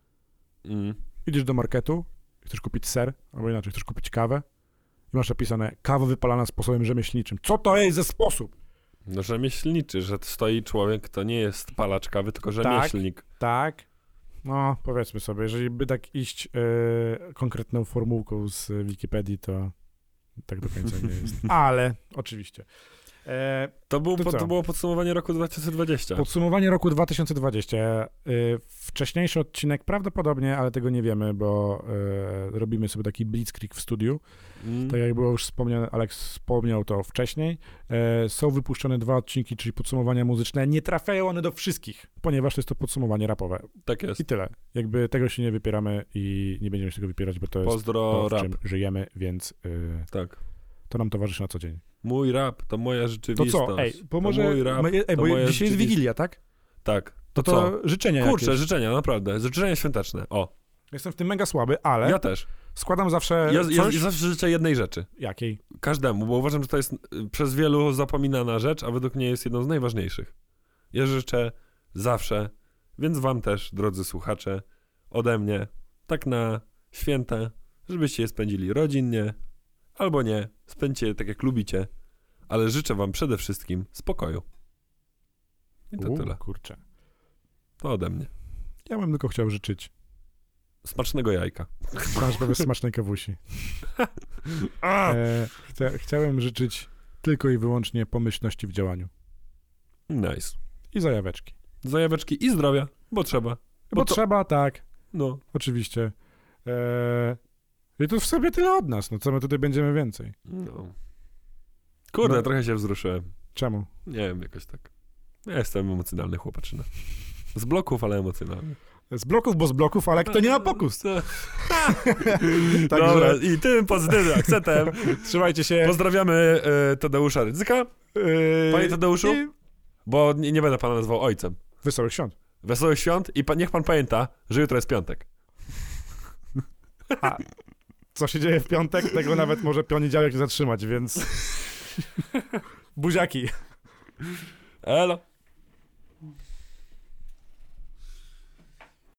Idziesz do marketu, chcesz kupić ser, albo inaczej, chcesz kupić kawę i masz napisane kawa wypalana sposobem rzemieślniczym. Co to jest za sposób? No rzemieślniczy, że stoi człowiek, to nie jest palacz kawy, tylko rzemieślnik. Tak. No, powiedzmy sobie, jeżeli by tak iść konkretną formułką z Wikipedii, to tak do końca nie jest. Ale, oczywiście. To co? było podsumowanie roku 2020. Podsumowanie roku 2020. Wcześniejszy odcinek prawdopodobnie, ale tego nie wiemy, bo robimy sobie taki blitzkrieg w studiu. Tak jak było już wspomniane, Alex wspomniał to wcześniej. Są wypuszczone 2 odcinki, czyli podsumowania muzyczne. Nie trafiają one do wszystkich, ponieważ to jest to podsumowanie rapowe. Tak jest. I tyle. Jakby tego się nie wypieramy i nie będziemy się tego wypierać, bo to jest Pozdro to, w rap. czym żyjemy, więc Tak. to nam towarzyszy na co dzień. Mój rap to moja To rzeczywistość. co? Ej, bo może... mój rap, to bo moja dzisiaj jest Wigilia, tak? Tak. To co? życzenia Kurczę, jakieś. życzenia, naprawdę. Życzenia świąteczne. O, Jestem w tym mega słaby, ale ja też. składam zawsze Ja coś... zawsze życzę jednej rzeczy. Jakiej? Każdemu, bo uważam, że to jest przez wielu zapominana rzecz, a według mnie jest jedną z najważniejszych. Ja życzę zawsze, więc wam też, drodzy słuchacze, ode mnie, tak na święta, żebyście je spędzili rodzinnie, albo nie, spędźcie je tak jak lubicie, ale życzę wam przede wszystkim spokoju. I to tyle. Kurczę. To ode mnie. Ja bym tylko chciał życzyć Smacznego jajka. masz pewnie smacznej kawusi. Chciałem życzyć tylko i wyłącznie pomyślności w działaniu. Nice. I zajaweczki. Zajaweczki i zdrowia, bo trzeba. Bo to- trzeba, tak, No, oczywiście. I to w sobie tyle od nas, no co my tutaj będziemy więcej. no. Kurde, No. trochę się wzruszyłem. Czemu? Nie wiem, jakoś tak. Ja jestem emocjonalny chłopaczyna. Z bloków, ale emocjonalny. Z bloków, bo z bloków, ale kto nie ma pokus. Dobra, Także i tym pozytywnym akcentem trzymajcie się. pozdrawiamy Tadeusza Rydzyka. Panie Tadeuszu? Bo nie będę pana nazywał ojcem. Wesołych świąt. Wesołych świąt i niech pan pamięta, że jutro jest piątek. A co się dzieje w piątek, tego nawet może poniedziałek nie zatrzymać, więc... Buziaki. Elo.